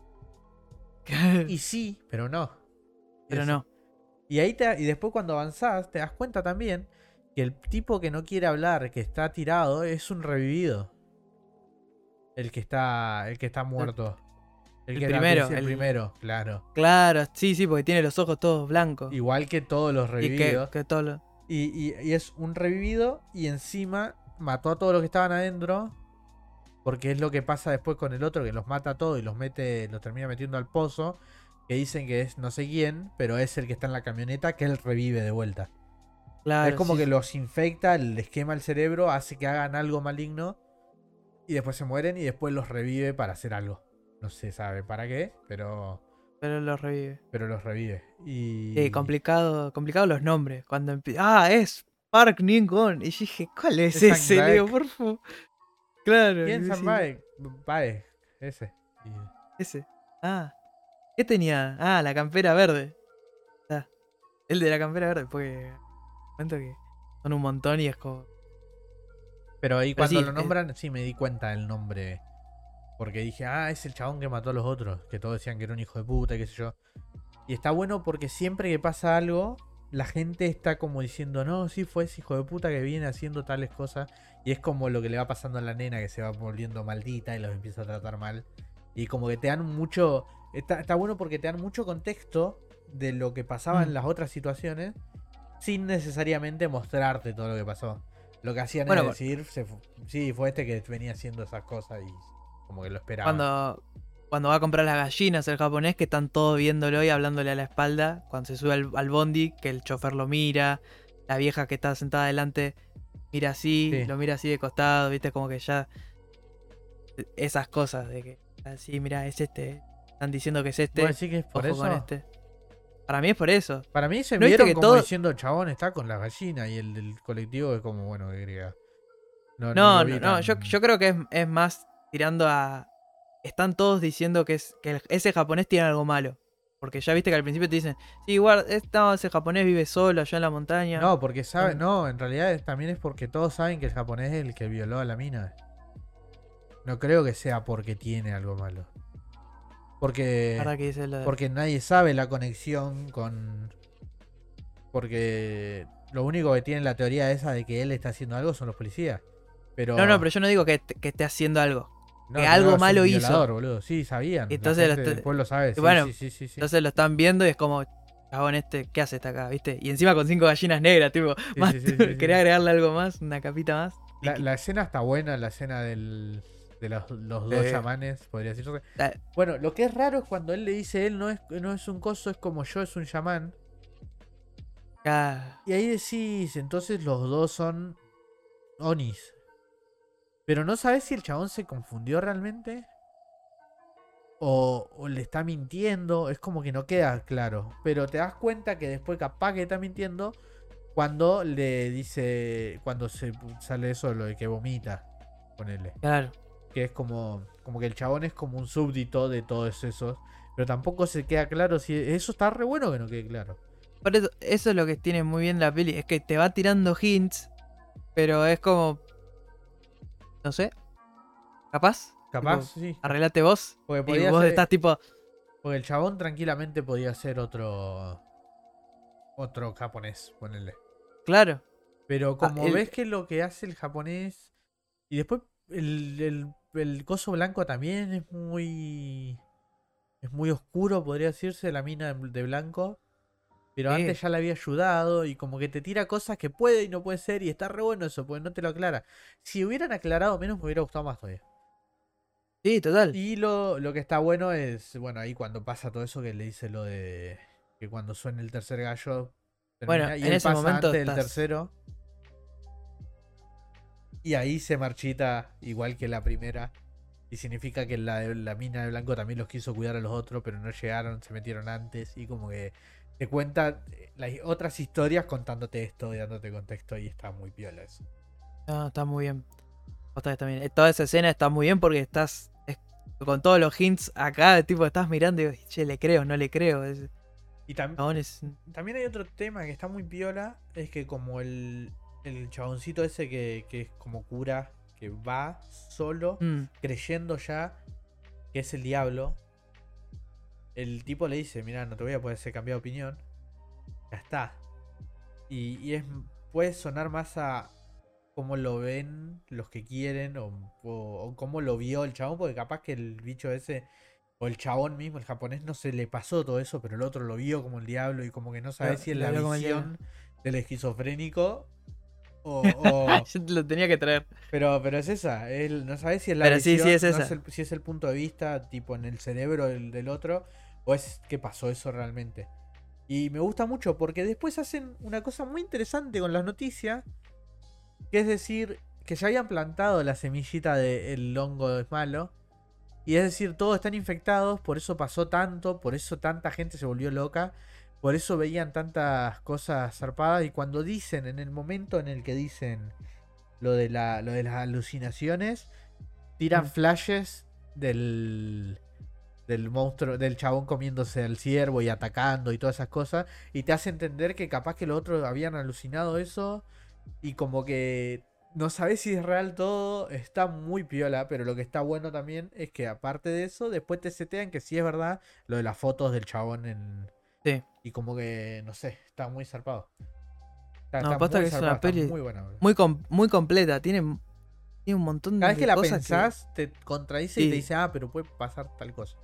Y sí, pero no. Pero Es- no. Y ahí te, y después cuando avanzás te das cuenta también que el tipo que no quiere hablar, que está tirado, es un revivido. El que está, el que está muerto. El, El que era primero, el el- primero, claro. Claro, sí, sí, porque tiene los ojos todos blancos. Igual que todos los Y que, revividos. que todo lo... Y, y- y es un revivido y encima mató a todos los que estaban adentro. Porque es lo que pasa después con el otro, que los mata a todos y los mete, los termina metiendo al pozo. Que dicen que es no sé quién, pero es el que está en la camioneta que él revive de vuelta. Claro, Es como sí, que sí. los infecta, les quema el cerebro, hace que hagan algo maligno. Y después se mueren y después los revive para hacer algo. No se sabe para qué, pero, Pero lo revive. pero los revive. Y... Sí, complicado, complicado los nombres. Cuando empie- Ah, es Park Ningon. Y yo dije, ¿cuál es, Es ese? Le digo, Sang-baek. por favor. Claro, ¿Quién y San sí, Bae? Bae, ese. Y- ese. Ah, ¿qué tenía? Ah, la campera verde. Ah, el de la campera verde, porque cuento que son un montón y es como. Pero ahí Pero cuando sí, lo es- nombran, sí me di cuenta del nombre. Porque dije, ah, es el chabón que mató a los otros. Que todos decían que era un hijo de puta, qué sé yo. Y está bueno porque siempre que pasa algo, la gente está como diciendo, no, sí, fue ese hijo de puta que viene haciendo tales cosas. Y es como lo que le va pasando a la nena que se va volviendo maldita y los empieza a tratar mal. Y como que te dan mucho... Está, está bueno porque te dan mucho contexto de lo que pasaba Mm. en las otras situaciones sin necesariamente mostrarte todo lo que pasó. Lo que hacían Bueno, es por- decir, se fu- sí, fue este que venía haciendo esas cosas y como que lo esperaban. cuando, cuando va a comprar las gallinas el japonés, que están todos viéndolo y hablándole a la espalda. Cuando se sube al, al bondi, que el chofer lo mira. La vieja que está sentada adelante mira así, Sí. lo mira así de costado, viste, como que ya. Esas cosas de que así, mira, es este. Están diciendo que es este. ¿Vos decís que es por Ojo eso? con este. Para mí es por eso. Para mí se ¿No viste vieron que como todo- diciendo, chabón, está con la gallina. Y el del colectivo es como, bueno, que griega. No, no No, lo no, vi no, tan- yo, yo creo que es, es más tirando a. Están todos diciendo que, es, que el- ese japonés tiene algo malo. Porque ya viste que al principio te dicen, sí, igual, es- no, ese japonés vive solo allá en la montaña. No, porque sabe, Mm. no, en realidad es- también es porque todos saben que el japonés es el que violó a la mina. No creo que sea porque tiene algo malo. Porque, Ahora que dice lo de- porque nadie sabe la conexión con... Porque lo único que tiene la teoría esa de que él está haciendo algo son los policías. Pero... No, no, pero yo no digo que, est- que esté haciendo algo. no, que no, algo es un malo hizo. violador, boludo. Sí, sabían. La Entonces lo gente está- después lo sabe. y Sí, bueno, sí, sí, sí, sí. Entonces lo están viendo y es como, chabón este, ¿qué hace esta acá? ¿Viste? Y encima con cinco gallinas negras, tipo, Sí, más, sí, sí, sí, sí. quería agregarle algo más, una capita más. La, Y- la escena está buena, la escena del, de los, los dos Sí. chamanes, podría decirse. Ah, Bueno, lo que es raro es cuando él le dice, él no es, no es un coso, es como yo, es un chamán. ah, Y ahí decís, entonces los dos son Onis. Pero no sabes si el chabón se confundió realmente. O, o le está mintiendo. Es como que no queda claro. Pero te das cuenta que después capaz que está mintiendo. Cuando le dice. Cuando se sale eso lo de que vomita. Ponele. claro. Que es como. Como que el chabón es como un súbdito de todos esos. Pero tampoco se queda claro si. Eso está re bueno que no quede claro. Por eso, eso es lo que tiene muy bien la peli, es que te va tirando hints, pero es como, no sé, capaz, Capaz, tipo, sí. arreglate vos, Porque y podía vos ser- estás tipo, Porque el chabón tranquilamente podía ser otro. Otro japonés, ponele. claro, Pero como el- ves que lo que hace el japonés. Y después el, el, el coso blanco también es muy. Es muy oscuro, podría decirse, la mina de de blanco. Pero Sí. antes ya le había ayudado y como que te tira cosas que puede y no puede ser. Y está re bueno eso, porque no te lo aclara. Si hubieran aclarado menos, me hubiera gustado más todavía. sí, total, Y lo, lo que está bueno es, bueno, ahí cuando pasa todo eso que le dice lo de que cuando suene el tercer gallo termina Bueno, y en él ese pasa momento antes del estás- tercero. Y ahí se marchita igual que la primera. Y significa que la, de- la mina de blanco también los quiso cuidar a los otros, pero no llegaron, se metieron antes. Y como que te cuenta eh, las otras historias contándote esto y dándote contexto. Y está muy piola eso. no, está muy bien, Posta que está bien. Toda esa escena está muy bien porque estás es- con todos los hints acá, tipo, estás mirando y digo, che, le creo, no le creo, es, Y tam- chabón es- también hay otro tema que está muy piola. Es que como el, el chaboncito ese que, que es como cura, que va solo, mm, creyendo ya que es el diablo. El tipo le dice, mira, no te voy a poder hacer cambiar de opinión. Ya está. Y, y es puede sonar más a cómo lo ven los que quieren o, o, o cómo lo vio el chabón, porque capaz que el bicho ese O el chabón mismo, el japonés, no se le pasó todo eso, pero el otro lo vio como el diablo y como que no sabe Lo, si es lo la veo como el diablo. visión del esquizofrénico o, o- Yo te lo tenía que traer. Pero, pero es esa, él no sabe si es la Pero sí, sí, visión, es no es esa. el, si es el punto de vista, tipo en el cerebro del, del otro, o es que pasó eso realmente. Y me gusta mucho porque después hacen una cosa muy interesante con las noticias, que es decir, que ya habían plantado la semillita de el hongo es malo. Y es decir, todos están infectados, por eso pasó tanto, por eso tanta gente se volvió loca, por eso veían tantas cosas zarpadas. Y cuando dicen, en el momento en el que dicen lo de, la, lo de las alucinaciones, tiran Mm. flashes del, del monstruo, del chabón comiéndose al ciervo y atacando y todas esas cosas. Y te hace entender que capaz que los otros habían alucinado eso. Y como que no sabes si es real todo, está muy piola, pero lo que está bueno también es que aparte de eso, después te setean que sí es verdad lo de las fotos del chabón en... Sí. Y como que, no sé, está muy zarpado. Está, No, está pasa muy que es zarpado, una está peli muy buena, bro. muy, com- muy completa. Tiene, tiene un Cada montón vez que de la cosas que. pensás, te contradice y te Sí, dice, ah, pero puede pasar tal cosa.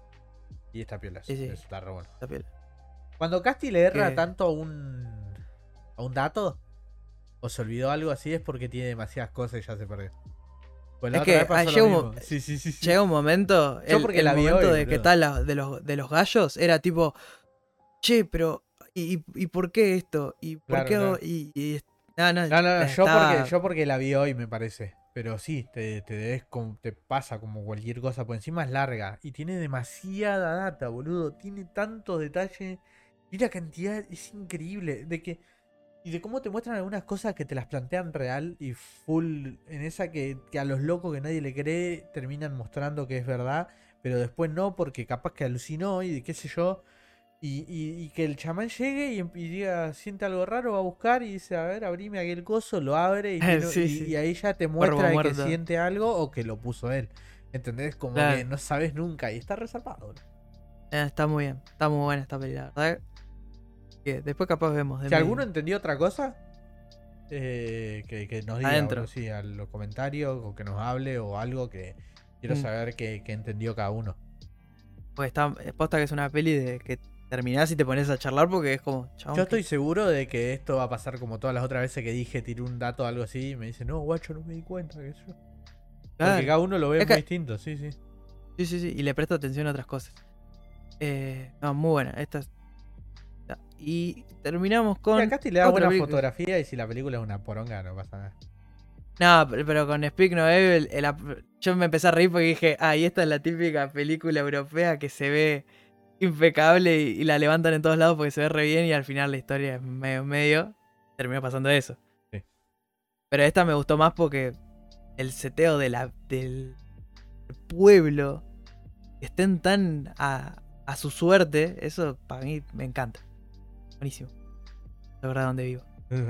Y está piola, eso, sí, sí. eso está re bueno. Está piola. Cuando Casti le erra Que, tanto a un, a un dato, o se olvidó algo así, es porque tiene demasiadas cosas y ya se perdió. Pues la es otra vez que ah, pasó lo llega, un, mo- mismo. Sí, sí, sí, sí. llega un momento. Yo El, porque el la vi momento hoy, de que boludo. tal la- de los, de los gallos era tipo. Che, pero. ¿Y, y y por qué esto? ¿Y por Claro, qué hago? claro. Y, y- no, no, No, no, no, yo porque, está. yo porque la vi hoy, me parece. Pero sí, te, te, debes com- te pasa como cualquier cosa. Por encima es larga. Y tiene demasiada data, boludo. Tiene tantos detalles. Y la cantidad es increíble. De que. Y de cómo te muestran algunas cosas que te las plantean real y full. En esa que, que a los locos que nadie le cree terminan mostrando que es verdad. Pero después no, porque capaz que alucinó y de qué sé yo. Y, y- y que el chamán llegue y, em- y diga, siente algo raro, va a buscar y dice, a ver, abrime aquel coso, lo abre y, tiene, Sí, y, sí. y ahí ya te Cuervo muestra de que muerto. siente algo o que lo puso él. ¿Entendés? Como que Claro. no sabes nunca y está resarpado, boludo. Eh, está muy bien. Está muy buena esta peli, la verdad. Que después capaz vemos de Si alguno medio. entendió otra cosa, eh, que, que nos diga, boludo, Adentro. sí, a los comentarios o que nos hable o algo que quiero Mm. saber que, que entendió cada uno. Porque está. eh, Posta que es una peli de que terminás y te pones a charlar porque es como. Yo Chabón, estoy que. seguro de que esto va a pasar como todas las otras veces que dije, tiré un dato o algo así y me dice, no, guacho, no me di cuenta que yo. Porque Claro. cada uno lo ve Es muy que. distinto, sí, sí. Sí, sí, sí. Y le presto atención a otras cosas. Eh, no, muy buena. Esta es- ya. Y terminamos Y con acá te le da otra buena película. fotografía y si la película es una poronga, no pasa nada. No, pero, pero con Speak No Evil, el ap- yo me empecé a reír porque dije, ah, y esta es la típica película europea que se ve impecable y, y la levantan en todos lados porque se ve re bien y al final la historia es medio medio. Terminó pasando eso. Sí. Pero esta me gustó más porque el seteo de la, del pueblo, que estén tan a, a su suerte, eso para mí me encanta. Buenísimo. La verdad, donde vivo.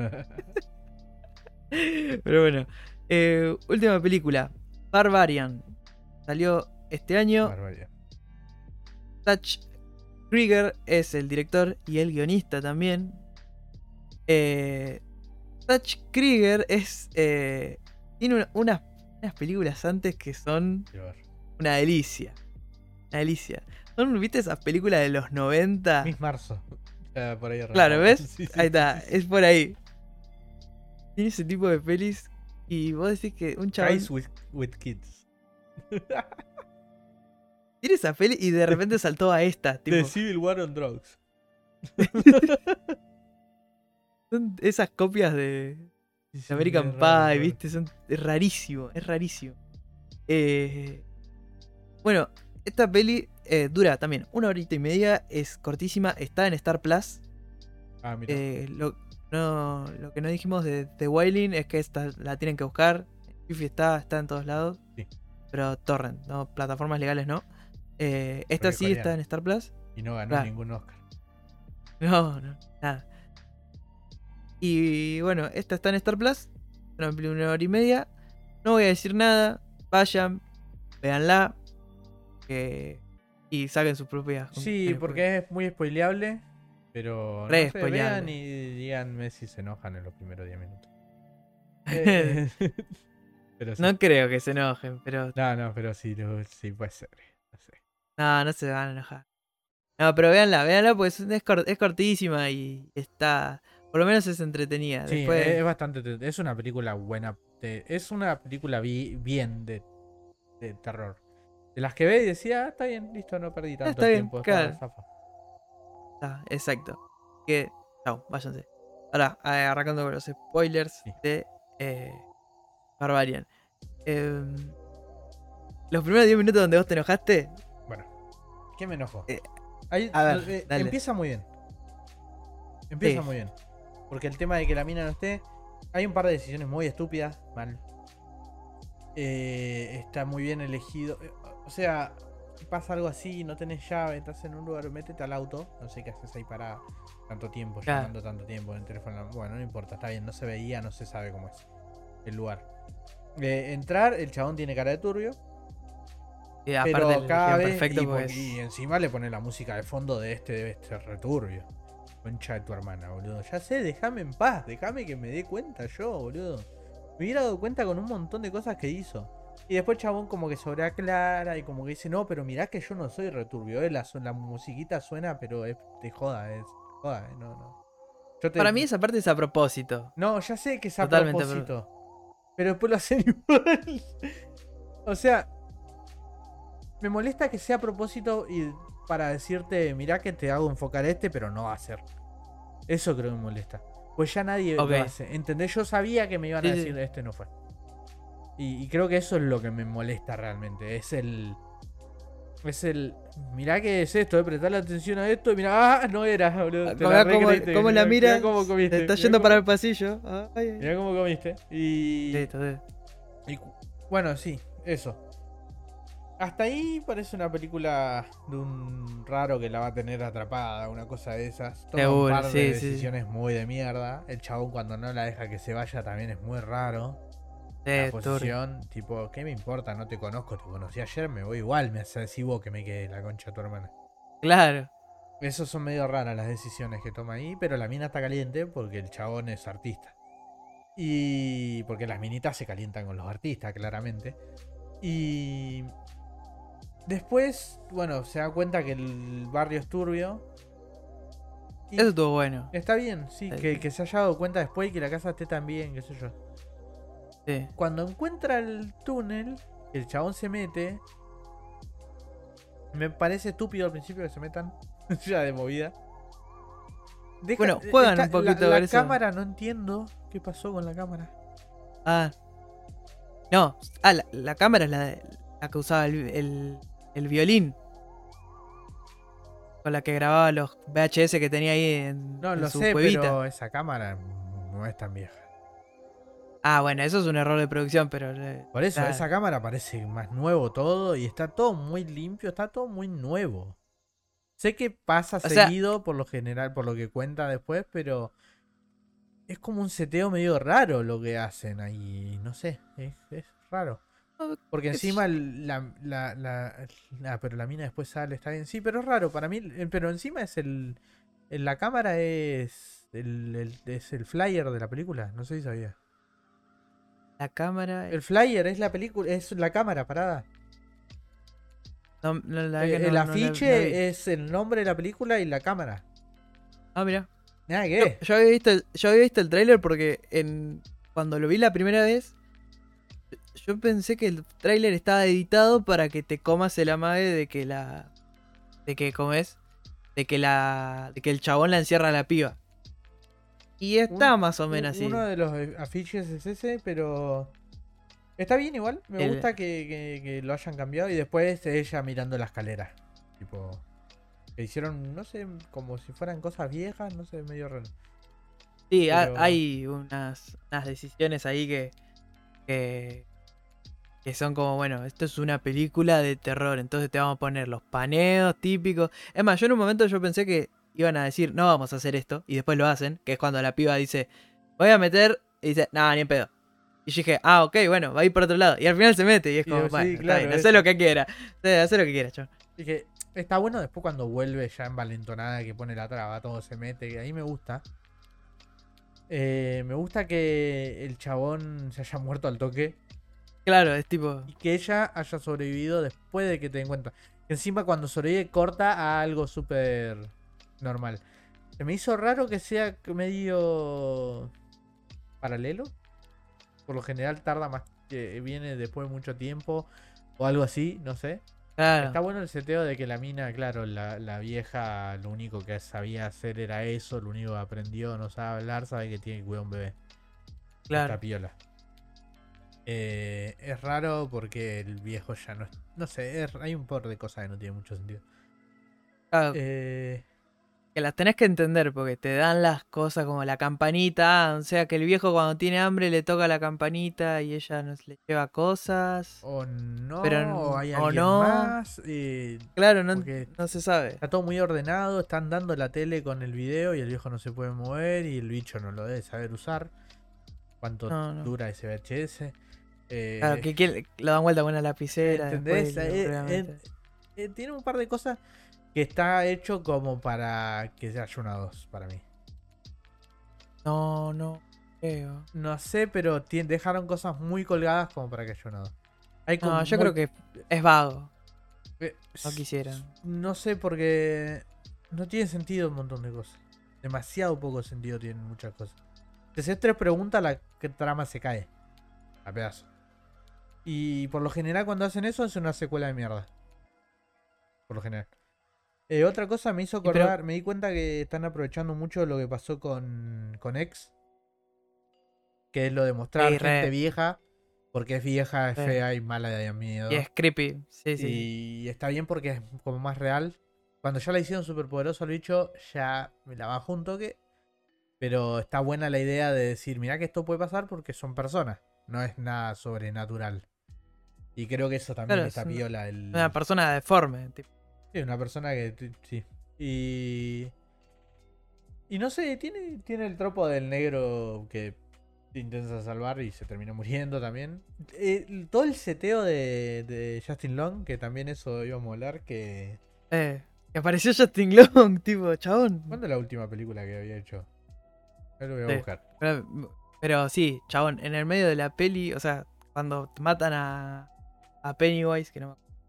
Pero bueno. Eh, última película. Barbarian. Salió este año. Barbaridad. Touch Krieger es el director y el guionista también. Eh, Touch Krieger es. eh, tiene una- unas, unas películas antes que son Quiero ver. una delicia. Una delicia. Son, ¿viste esas películas de los noventa? Miss Marzo. Ya, por ahí Claro, arrancamos. ¿ves? Sí, sí, Ahí está, sí, sí. es por ahí. Tiene ese tipo de pelis. Y vos decís que un chabón Guys with, with kids. tiene esa peli y de repente saltó a esta. The Tipo, Civil War on Drugs. son esas copias de, Sí, de sí, American es raro, Pie, raro. ¿viste? Son, es rarísimo, es rarísimo. Eh, bueno, esta peli eh, dura también una horita y media, es cortísima, está en Star Plus. Ah, mira. Eh, lo, no, lo que no dijimos de The Wailing es que esta la tienen que buscar. Fifi está, está en todos lados. Sí. Pero torrent, no, plataformas legales no. Eh, esta Porque sí coreana. está en Star Plus. Y no ganó claro. ningún Oscar. No, no, nada. Y bueno, esta está en Star Plus. Una una hora y media. No voy a decir nada. Vayan, véanla. Que, y saquen sus propias Sí, conclusiones, porque es muy spoileable. Pero Re no sé, spoileable. vean y díganme si se enojan en los primeros diez minutos. Eh, pero sí. No creo que se enojen, pero No, no, pero sí, no, sí puede ser. No sé. No, no se van a enojar. No, pero véanla, véanla porque es, es, cor- es cortísima y está. Por lo menos es entretenida. Sí, Después. es bastante. Es una película buena. de- es una película bi- bien de, de terror. De las que ve y decía, ah, está bien, listo, no perdí Ah, tanto está el bien, tiempo. Está claro. zafa. Está, exacto. Que. Chao, váyanse. Ahora, eh, arrancando con los spoilers Sí. de eh, Barbarian. Em, los primeros diez minutos donde vos te enojaste. Bueno, ¿qué me enojó? eh, Ahí, a ver, eh, dale. empieza muy bien. Empieza Sí. muy bien. Porque el tema de que la mina no esté. Hay un par de decisiones muy estúpidas. Mal. Eh, está muy bien elegido. eh, O sea, si pasa algo así, no tenés llave, estás en un lugar, métete al auto. No sé qué haces ahí para tanto tiempo, Claro. llamando tanto tiempo en el teléfono. Bueno, no importa, está bien, no se veía, no se sabe cómo es el lugar. Eh, entrar, el chabón tiene cara de turbio. Y aparte Pero le cada eligieron vez. perfecto Y, porque por- es- y encima le pone la música de fondo de este, debe ser returbio. Concha de tu hermana, boludo. Ya sé, déjame en paz, déjame que me dé cuenta yo, boludo. Me hubiera dado cuenta con un montón de cosas que hizo. Y después el chabón como que sobreaclara y como que dice, no, pero mirá que yo no soy returbio, eh. La, su- la musiquita suena, pero es de joda, es joda, eh. No, no. Yo te. Para mí esa parte es a propósito. No, ya sé que es a Totalmente a propósito. Pero después lo hacen igual. O sea, me molesta que sea a propósito y para decirte, mirá que te hago enfocar este, pero no va a ser. Eso creo que me molesta. Pues ya nadie Ok. lo hace. ¿Entendés? Yo sabía que me iban a Sí, sí. decir este no fue. Y, y creo que eso es lo que me molesta realmente. Es el. Es el. Mirá que es esto, eh. Prestarle atención a esto. Y mirá, ah, no era, boludo. Te la Mirá cómo, recreíste. cómo la Mirá, mira, cómo comiste. te está Mirá yendo cómo- para el pasillo. Ay, ay. Mirá cómo comiste. Y. Listo, sí. y cu- bueno, sí, eso. Hasta ahí parece una película de un raro que la va a tener atrapada, una cosa de esas. Toma un Seguro, par de sí, sí. decisiones muy de mierda. El chabón cuando no la deja que se vaya también es muy raro. La Sí, turbio. posición, tipo, ¿qué me importa? No te conozco, te conocí ayer, me voy igual, me haces así vos que me quede la concha de tu hermana. Claro. Esos son medio raras las decisiones que toma ahí, pero la mina está caliente porque el chabón es artista. Y porque las minitas se calientan con los artistas, claramente. Y después, bueno, se da cuenta que el barrio es turbio. Y Eso estuvo bueno. está bien, sí, Sí, que, sí. que se haya dado cuenta después y que la casa esté tan bien, qué sé yo. Sí. Cuando encuentra el túnel, el chabón se mete. Me parece estúpido al principio que se metan. Ya de movida. Deja- Bueno, juegan un poquito La, la con eso. cámara, no entiendo qué pasó con la cámara. Ah. No. Ah, la, la cámara es la, de- la que usaba el, el, el violín. Con la que grababa los V H S que tenía ahí en, No, en lo su sé, cuevita. pero esa cámara no es tan vieja. Ah, bueno, eso es un error de producción, pero. eh, Por eso, claro. esa cámara parece más nuevo todo y está todo muy limpio, está todo muy nuevo. Sé que pasa O sea- seguido por lo general, por lo que cuenta después, pero es como un seteo medio raro lo que hacen ahí. No sé, es, es raro. Porque Es- encima la, la, la, la- pero la mina después sale, está bien. Sí, pero es raro para mí. eh, Pero encima es el. En la cámara es el, el- es el flyer de la película. No sé si sabía. La cámara. El flyer es la película, es la cámara parada. No, no, la verdad Eh, que no- el no la- afiche no vi. es el nombre de la película y la cámara. Ah, mira. Nada Yo, que. yo había visto el, yo había visto el tráiler porque en, cuando lo vi la primera vez, yo pensé que el tráiler estaba editado para que te comas el amague de que la. De que, ¿cómo es? De que la. De que el chabón la encierra a la piba. Y está Un- más o menos un- así. Uno de los eh, afiches es ese, pero. Está bien igual. Me El- gusta que, que- que lo hayan cambiado. Y después ella mirando la escalera. Tipo. Que hicieron, no sé, como si fueran cosas viejas, no sé, medio raro. Sí, ha- pero- hay unas, unas decisiones ahí que, que. que son como, bueno, esto es una película de terror, entonces te vamos a poner los paneos típicos. Es más, yo en un momento yo pensé que iban a decir, no vamos a hacer esto, y después lo hacen, que es cuando la piba dice, voy a meter, y dice, nada, ni en pedo. Y yo dije, ah, ok, bueno, va a ir por otro lado. Y al final se mete, y es Y como, sí, bueno, está claro, bien, eso. haz lo que quiera. Sí, haz lo que quiera, chaval. Y que está bueno después cuando vuelve ya envalentonada, que pone la traba, todo se mete, que ahí me gusta. Eh, me gusta que el chabón se haya muerto al toque Claro, es tipo, y que ella haya sobrevivido después de que te den cuenta. Que encima cuando sobrevive corta a algo súper normal. Se me hizo raro que sea medio paralelo. Por lo general tarda más, que viene después de mucho tiempo o algo así, no sé. Claro. Está bueno el seteo de que la mina, claro, la, la vieja lo único que sabía hacer era eso, lo único que aprendió, no sabe hablar, sabe que tiene que cuidar a un bebé. Claro. Está piola. Eh, es raro porque el viejo ya no es... No sé, es- hay un par de cosas que no tienen mucho sentido. Claro, Eh, que las tenés que entender porque te dan las cosas como la campanita, ah, o sea que el viejo cuando tiene hambre le toca la campanita y ella nos le lleva cosas, o no, pero o n- hay o alguien no, más. eh, claro, no, porque no se sabe. está todo muy ordenado, están dando la tele con el video y el viejo no se puede mover y el bicho no lo debe saber usar. ¿Cuánto No, no. dura ese V H S? Claro, Eh, que, que lo dan vuelta con una lapicera después ¿Entendés? y lo Eh, vuelve a eh, meter. eh, tiene un par de cosas que está hecho como para que haya una dos para mí. No, no creo. No sé, pero tien- dejaron cosas muy colgadas como para que haya una dos. Hay como No, yo muy... creo que es vago. eh, No s- quisieran. s- No sé, porque no tiene sentido un montón de cosas. Demasiado poco sentido tienen muchas cosas. Si haces tres preguntas, la que trama se cae. A pedazos. Y por lo general cuando hacen eso es una secuela de mierda. Por lo general. Eh, otra cosa me hizo Y pero, acordar, me di cuenta que están aprovechando mucho lo que pasó con, con X, que es lo de mostrar sí, gente re, vieja, porque es vieja, es re. fea y mala y da Y miedo. es creepy. Sí, sí, sí. Y está bien porque es como más real. Cuando ya la hicieron súper poderoso al bicho, ya me la bajo un toque. Pero está buena la idea de decir, mirá que esto puede pasar porque son personas, no es nada sobrenatural. Y creo que eso también Claro, es está una, piola. El... una persona deforme. Tipo. Sí, una persona que... t- Sí. Y... Y no sé, tiene, tiene el tropo del negro que te intenta salvar y se termina muriendo también. Eh, todo el seteo de, de Justin Long, que también eso íbamos a hablar, que... Eh, que apareció Justin Long, tipo, chabón. ¿Cuándo es la última película que había hecho? Yo lo voy a Sí. buscar. Pero, pero sí, chabón, en el medio de la peli, o sea, cuando te matan a, a Pennywise, que no me acuerdo,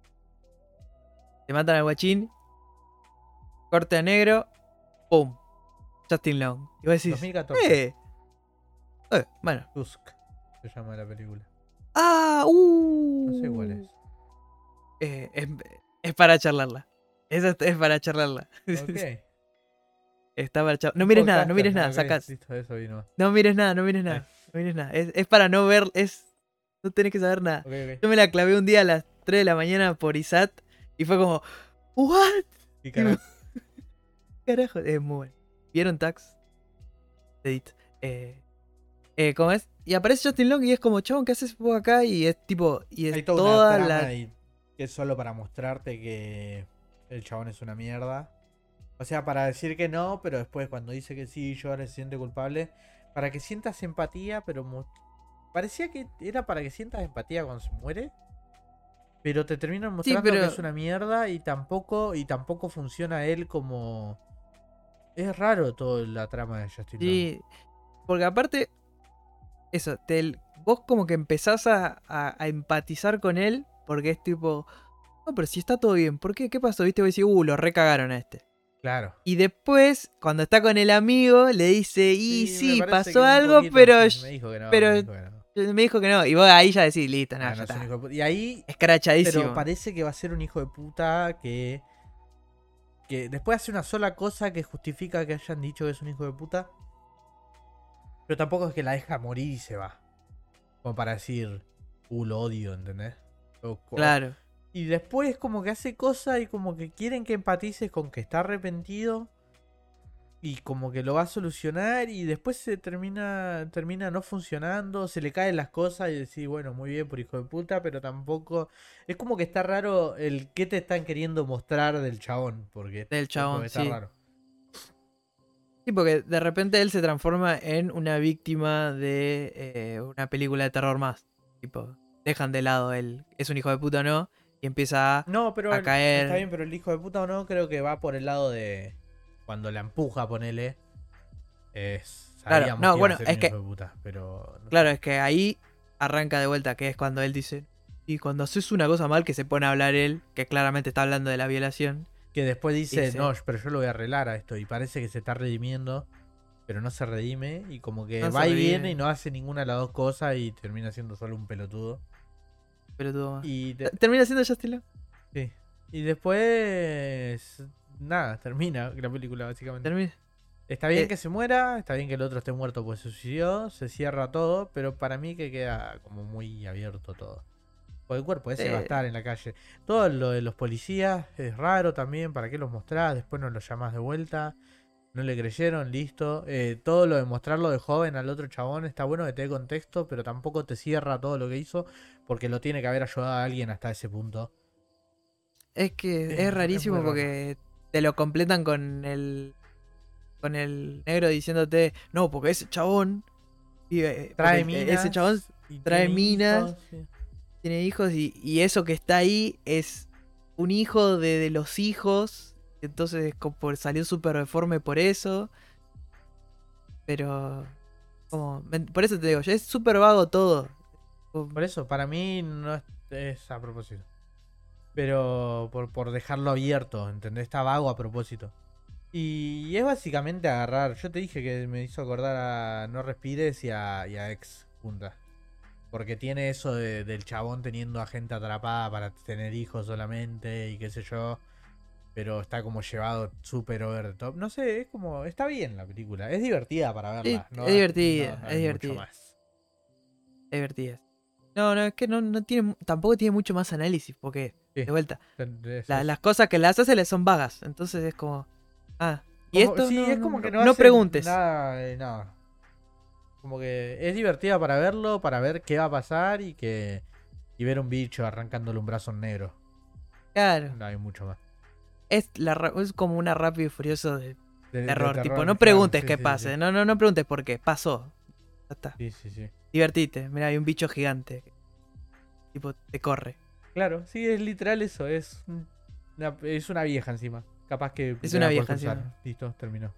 te matan al guachín, corte a negro, ¡pum! Justin Long. Y vos decís, dos mil catorce. ¡eh! eh bueno. Tusk se llama la película. ¡Ah! ¡Uh! No sé cuál es. Eh, es, es para charlarla. Esa es, es para charlarla. Ok. Está para charlar. No mires nada, no mires nada, Ok, sacás. listo, eso vino. No mires nada, no mires nada. No mires nada. Es, es para no ver, es. No tenés que saber nada. Ok, ok. Yo me la clavé un día a las tres de la mañana por I S A T y fue como, ¿what? ¿Qué carajo? Carajo, es muy bueno. ¿Vieron Tax? Edit. Eh, eh, ¿Cómo es? Y aparece Justin Long y es como, chabón, ¿qué haces vos acá? Y es tipo, y es Hay toda, toda una trama la. ahí que es solo para mostrarte que el chabón es una mierda. O sea, para decir que no, pero después cuando dice que sí, yo ahora se siente culpable. Para que sientas empatía, pero mo- parecía que era para que sientas empatía cuando se muere. Pero te terminan mostrando pero- que es una mierda y tampoco, y tampoco funciona él como... Es raro toda la trama de Justin Long. Sí, porque aparte, eso, te, vos como que empezás a, a- a empatizar con él, porque es tipo, no, pero si está todo bien, ¿por qué? ¿Qué pasó? Viste, vos decís, uh, lo recagaron a este. Claro. Y después, cuando está con el amigo, le dice, y me sí, parece pasó que un algo, poquito, pero, sí, me dijo que no, pero me dijo que no. me dijo que no. Y vos ahí ya decís, listo, nada, Ah, ya no es un está. hijo de puta. Y ahí, Escrachadísimo. pero parece que va a ser un hijo de puta que... Que después hace una sola cosa que justifica que hayan dicho que es un hijo de puta. Pero tampoco es que la deja morir y se va. Como para decir, uh, lo odio, ¿entendés? O- o- Claro. Y después como que hace cosas y como que quieren que empatices con que está arrepentido. Y como que lo va a solucionar y después se termina termina no funcionando, se le caen las cosas y decís, bueno, muy bien por hijo de puta, pero tampoco... Es como que está raro el qué te están queriendo mostrar del chabón, porque Del es como chabón, que está sí. raro. Sí, porque de repente él se transforma en una víctima de eh, una película de terror más. Tipo, dejan de lado él, es un hijo de puta o no, y empieza a, No, pero a el- caer. está bien, pero el hijo de puta o no, creo que va por el lado de cuando la empuja, ponele. Es, Claro, sabíamos no, que bueno, iba a ser es un que- hijo de puta, pero... no Claro, sé. es que ahí arranca de vuelta, que es cuando él dice, Y cuando haces una cosa mal que se pone a hablar él, que claramente está hablando de la violación. Que después dice, Dice- no, pero yo lo voy a arreglar a esto. Y parece que se está redimiendo, pero no se redime. Y como que No se va y redime. viene y no hace ninguna de las dos cosas y termina siendo solo un pelotudo. Pero tú... Y, de- Termina siendo Justin Long. sí. Y después, nada, termina la película básicamente. Termina. Está bien Eh. que se muera, está bien que el otro esté muerto pues se suicidó, se cierra todo, pero para mí que queda como muy abierto todo. Porque el cuerpo ese va a Eh. estar en la calle. Todo lo de los policías es raro también, ¿para qué los mostrás? Después no los llamás de vuelta. No le creyeron, listo. Eh, todo lo de mostrarlo de joven al otro chabón está bueno que te dé contexto, pero tampoco te cierra todo lo que hizo, porque lo tiene que haber ayudado a alguien hasta ese punto. Es que Es- es, es rarísimo muy raro. porque te lo completan con el con el negro diciéndote, no, porque ese chabón vive- Trae porque el- minas. ese chabón y trae tiene minas. hijos, sí. tiene hijos y, y eso que está ahí es un hijo de, de los hijos. Entonces como salió súper deforme por eso. Pero como me- por eso te digo, ya es súper vago todo. Como- Por eso, para mí no es, es a propósito. Pero por, por dejarlo abierto, ¿entendés? Está vago a propósito. Y es básicamente agarrar. Yo te dije que me hizo acordar a No Respires y a, y a Ex juntas. Porque tiene eso de- del chabón teniendo a gente atrapada para tener hijos solamente y qué sé yo. Pero está como llevado súper over the top. No sé, es como. Está bien la película. Es divertida para verla. Sí, no es divertida, no- no es hay divertida. mucho más. Es divertida. No, no, es que no, no tiene, tampoco tiene mucho más análisis, porque, Sí, de vuelta, es la- eso. las cosas que las hace le son vagas. Entonces es como, ah, y Como- esto sí, no, es no- como que no- no, no hace preguntes. Nada, de nada. Como que es divertida para verlo, para ver qué va a pasar y que y ver un bicho arrancándole un brazo negro. Claro, No hay mucho más. es, la, ra- es como una rápido y furioso de De- de terror. Tipo, terror, no claro, preguntes sí, qué sí, pase, sí. no, no, no preguntes por qué, pasó. Ya está. Sí, sí, sí. Divertite, mira, hay un bicho gigante. Tipo, te corre. Claro, sí, es literal eso. Es una, es una vieja encima. Capaz que Es te una la puedes vieja cruzar. encima. Listo, terminó.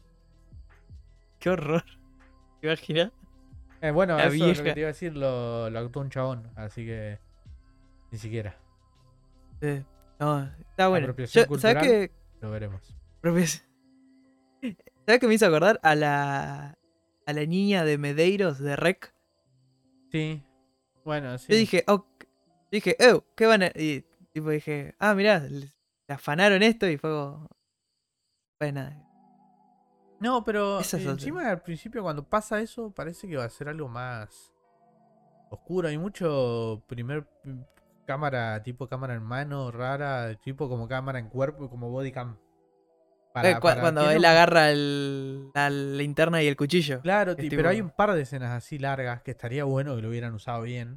Qué horror. ¿Te imaginas? Eh, bueno, La eso es lo vieja. que te iba a decir, lo, lo actuó un chabón, así que ni siquiera. Eh, no, está bueno. Apropiación Yo- ¿Sabes cultural. qué? Lo veremos. Apropiación- ¿Sabes qué me hizo acordar? A la, a la niña de Medeiros de Rec. Sí. Bueno, sí. Yo dije, oh, dije, oh, ¿qué van a...? Y tipo dije, ah, mirá, le le afanaron esto y fue como... Bueno, No, pero esa es eh, otra. encima al principio cuando pasa eso parece que va a ser algo más oscuro. Hay mucho primer mm, cámara, tipo cámara en mano, rara, tipo como cámara en cuerpo, como body cam. Para, Eh, cua- para- cuando tiene él un- agarra el, la linterna y el cuchillo. Claro, Es ti- tipo- pero hay un par de escenas así largas que estaría bueno que lo hubieran usado bien.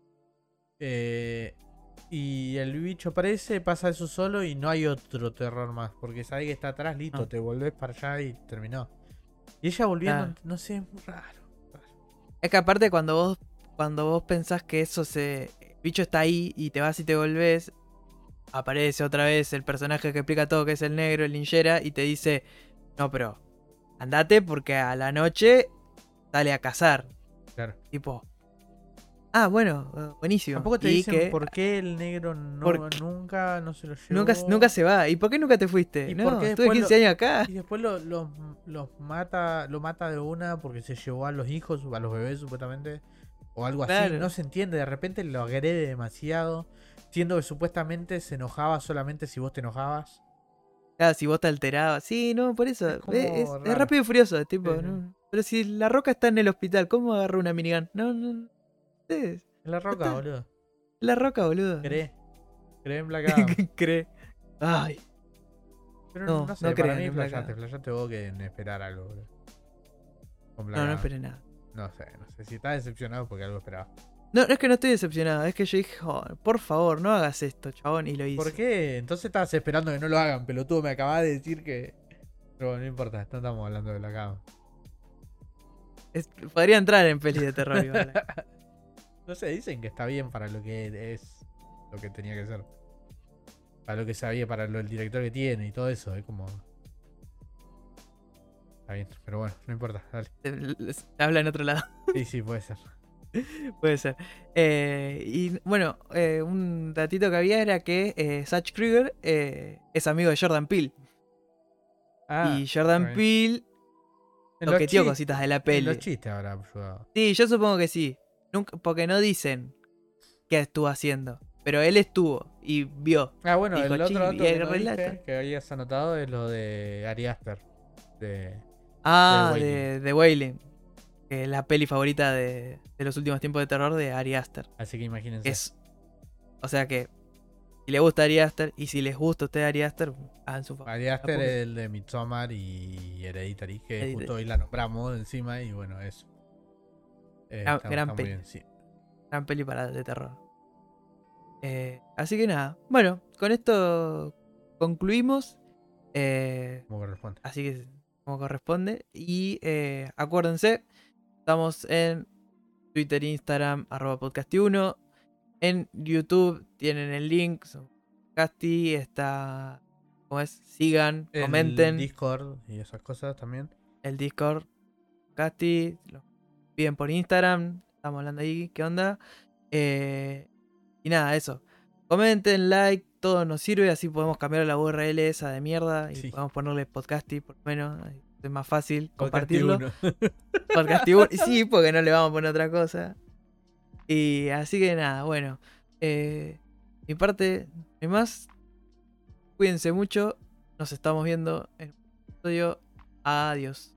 Eh, y el bicho aparece, pasa eso solo y no hay otro terror más. Porque sabes que está atrás, listo, No. te volvés para allá y terminó. Y ella volviendo, Claro. no sé, es muy raro. raro. Es que aparte cuando vos cuando vos pensás que eso se... El bicho está ahí y te vas y te volvés, aparece otra vez el personaje que explica todo, que es el negro, el linchera, y te dice, no, pero andate porque a la noche sale a cazar. Claro. Tipo, ah, bueno, eh, buenísimo. Tampoco te y dicen que por qué el negro no, ¿Por qué? nunca no se lo llevó. nunca, nunca se va. ¿Y por qué nunca te fuiste? ¿Y No, por qué estuve después quince lo- años acá. Y después lo- los los mata, lo mata de una porque se llevó a los hijos, a los bebés supuestamente. O algo así. Claro. No se entiende. De repente lo agrede demasiado. Siendo que supuestamente se enojaba solamente si vos te enojabas. Claro, si vos te alterabas. Sí, no, por eso. Es Es, como es- es raro. rápido y furioso. Es tipo, Sí, sí. no. Pero si la roca está en el hospital, ¿cómo agarra una minigun? No, no. no. Es En la roca, está. boludo. la roca, boludo. Cree. Cree en Black Adam. ¿Qué cree? Ay. Pero No, no, sé, no para crean mí en Black flashaste. Adam. Flashaste vos que en esperar algo, boludo. Con Black No, no Adam. esperé nada. No sé, no sé. Si estás decepcionado porque algo esperaba. No, no es que no estoy decepcionado. Es que yo dije, "Oh, por favor, no hagas esto, chabón. Y lo hice. ¿Por qué? Entonces estabas esperando que no lo hagan, pelotudo. Me acabas de decir que. Pero bueno, no importa, no estamos hablando de Black Adam. Es- podría entrar en pelis de terror igual. No sé, dicen que está bien para lo que es lo que tenía que ser. Para lo que sabía, para lo, el director que tiene y todo eso. Es como. Está bien, pero bueno, no importa, dale. Se- se habla en otro lado. Sí, sí, puede ser. Puede ser. Eh, y bueno, eh, un datito que había era que eh, Zach Krieger eh, es amigo de Jordan Peele. Ah, Y Jordan está bien. Peele En los toqueteó chistes, cositas de la en peli. los chistes habrá ayudado. Sí, yo supongo que sí. Nunca, porque no dicen qué estuvo haciendo. Pero él estuvo y vio. Ah, bueno, Dijo, el otro "Chi", dato y que el no relato. dije, que habías anotado, es lo de Ari Aster. De, Ah, de de, de Wailing. Que es la peli favorita de, de los últimos tiempos de terror de Ari Aster. Así que imagínense. Es, o sea que, si le gusta Ari Aster y si les gusta a usted Ari Aster, hagan su favor. Ari Aster Tampoco- es el de Midsommar y Hereditary, que Hereditary. justo hoy la nombramos encima y bueno, eso. Eh, Gran, está, gran está muy peli. bien, sí. Gran peli para de terror. Eh, así que nada. Bueno, con esto concluimos. Eh, Como corresponde. así que como corresponde. Y eh, acuérdense, estamos en Twitter, Instagram, arroba podcasti uno. En YouTube tienen el link. Podcasti está. ¿Cómo es? Sigan, El comenten. Discord y esas cosas también. El Discord. Podcasti. Lo piden por Instagram. Estamos hablando ahí. ¿Qué onda? Eh, y nada, eso. Comenten, like, todo nos sirve. Así podemos cambiar la U R L esa de mierda. Y Sí. podemos ponerle podcasti por lo menos. Es más fácil Podcasti compartirlo. uno. Podcasti uno. Sí, porque no le vamos a poner otra cosa. Y así que nada, bueno. Eh, mi parte, no hay más. Cuídense mucho. Nos estamos viendo en un episodio. Adiós.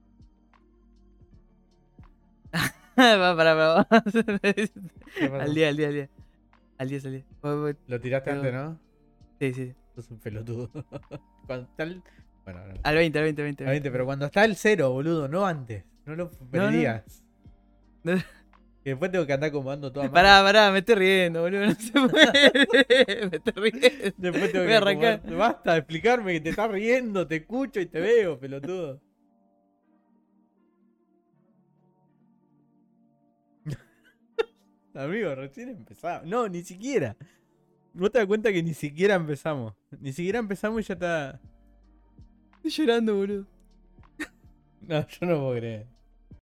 Va, para, para. ¿Qué pasó? Al día, al día, al día. Al día, al día. Voy, voy. Lo tiraste Pero- antes, ¿no? Sí, sí. Sos un pelotudo. Cuando está el... Bueno, no. Al veinte, al veinte, al veinte. A veinte, pero cuando está el cero, boludo, no antes. No lo perdías. No. Y después tengo que andar acomodando toda Pará, pará, me estoy riendo, boludo. No se puede. Me estoy riendo. Después tengo Voy que a arrancar. acomodar- Basta de explicarme que te estás riendo, te escucho y te veo, pelotudo. Amigo, recién empezamos. No, ni siquiera. ¿No te das cuenta que ni siquiera empezamos? Ni siquiera empezamos y ya está. Estoy llorando, boludo. No, yo no puedo creer.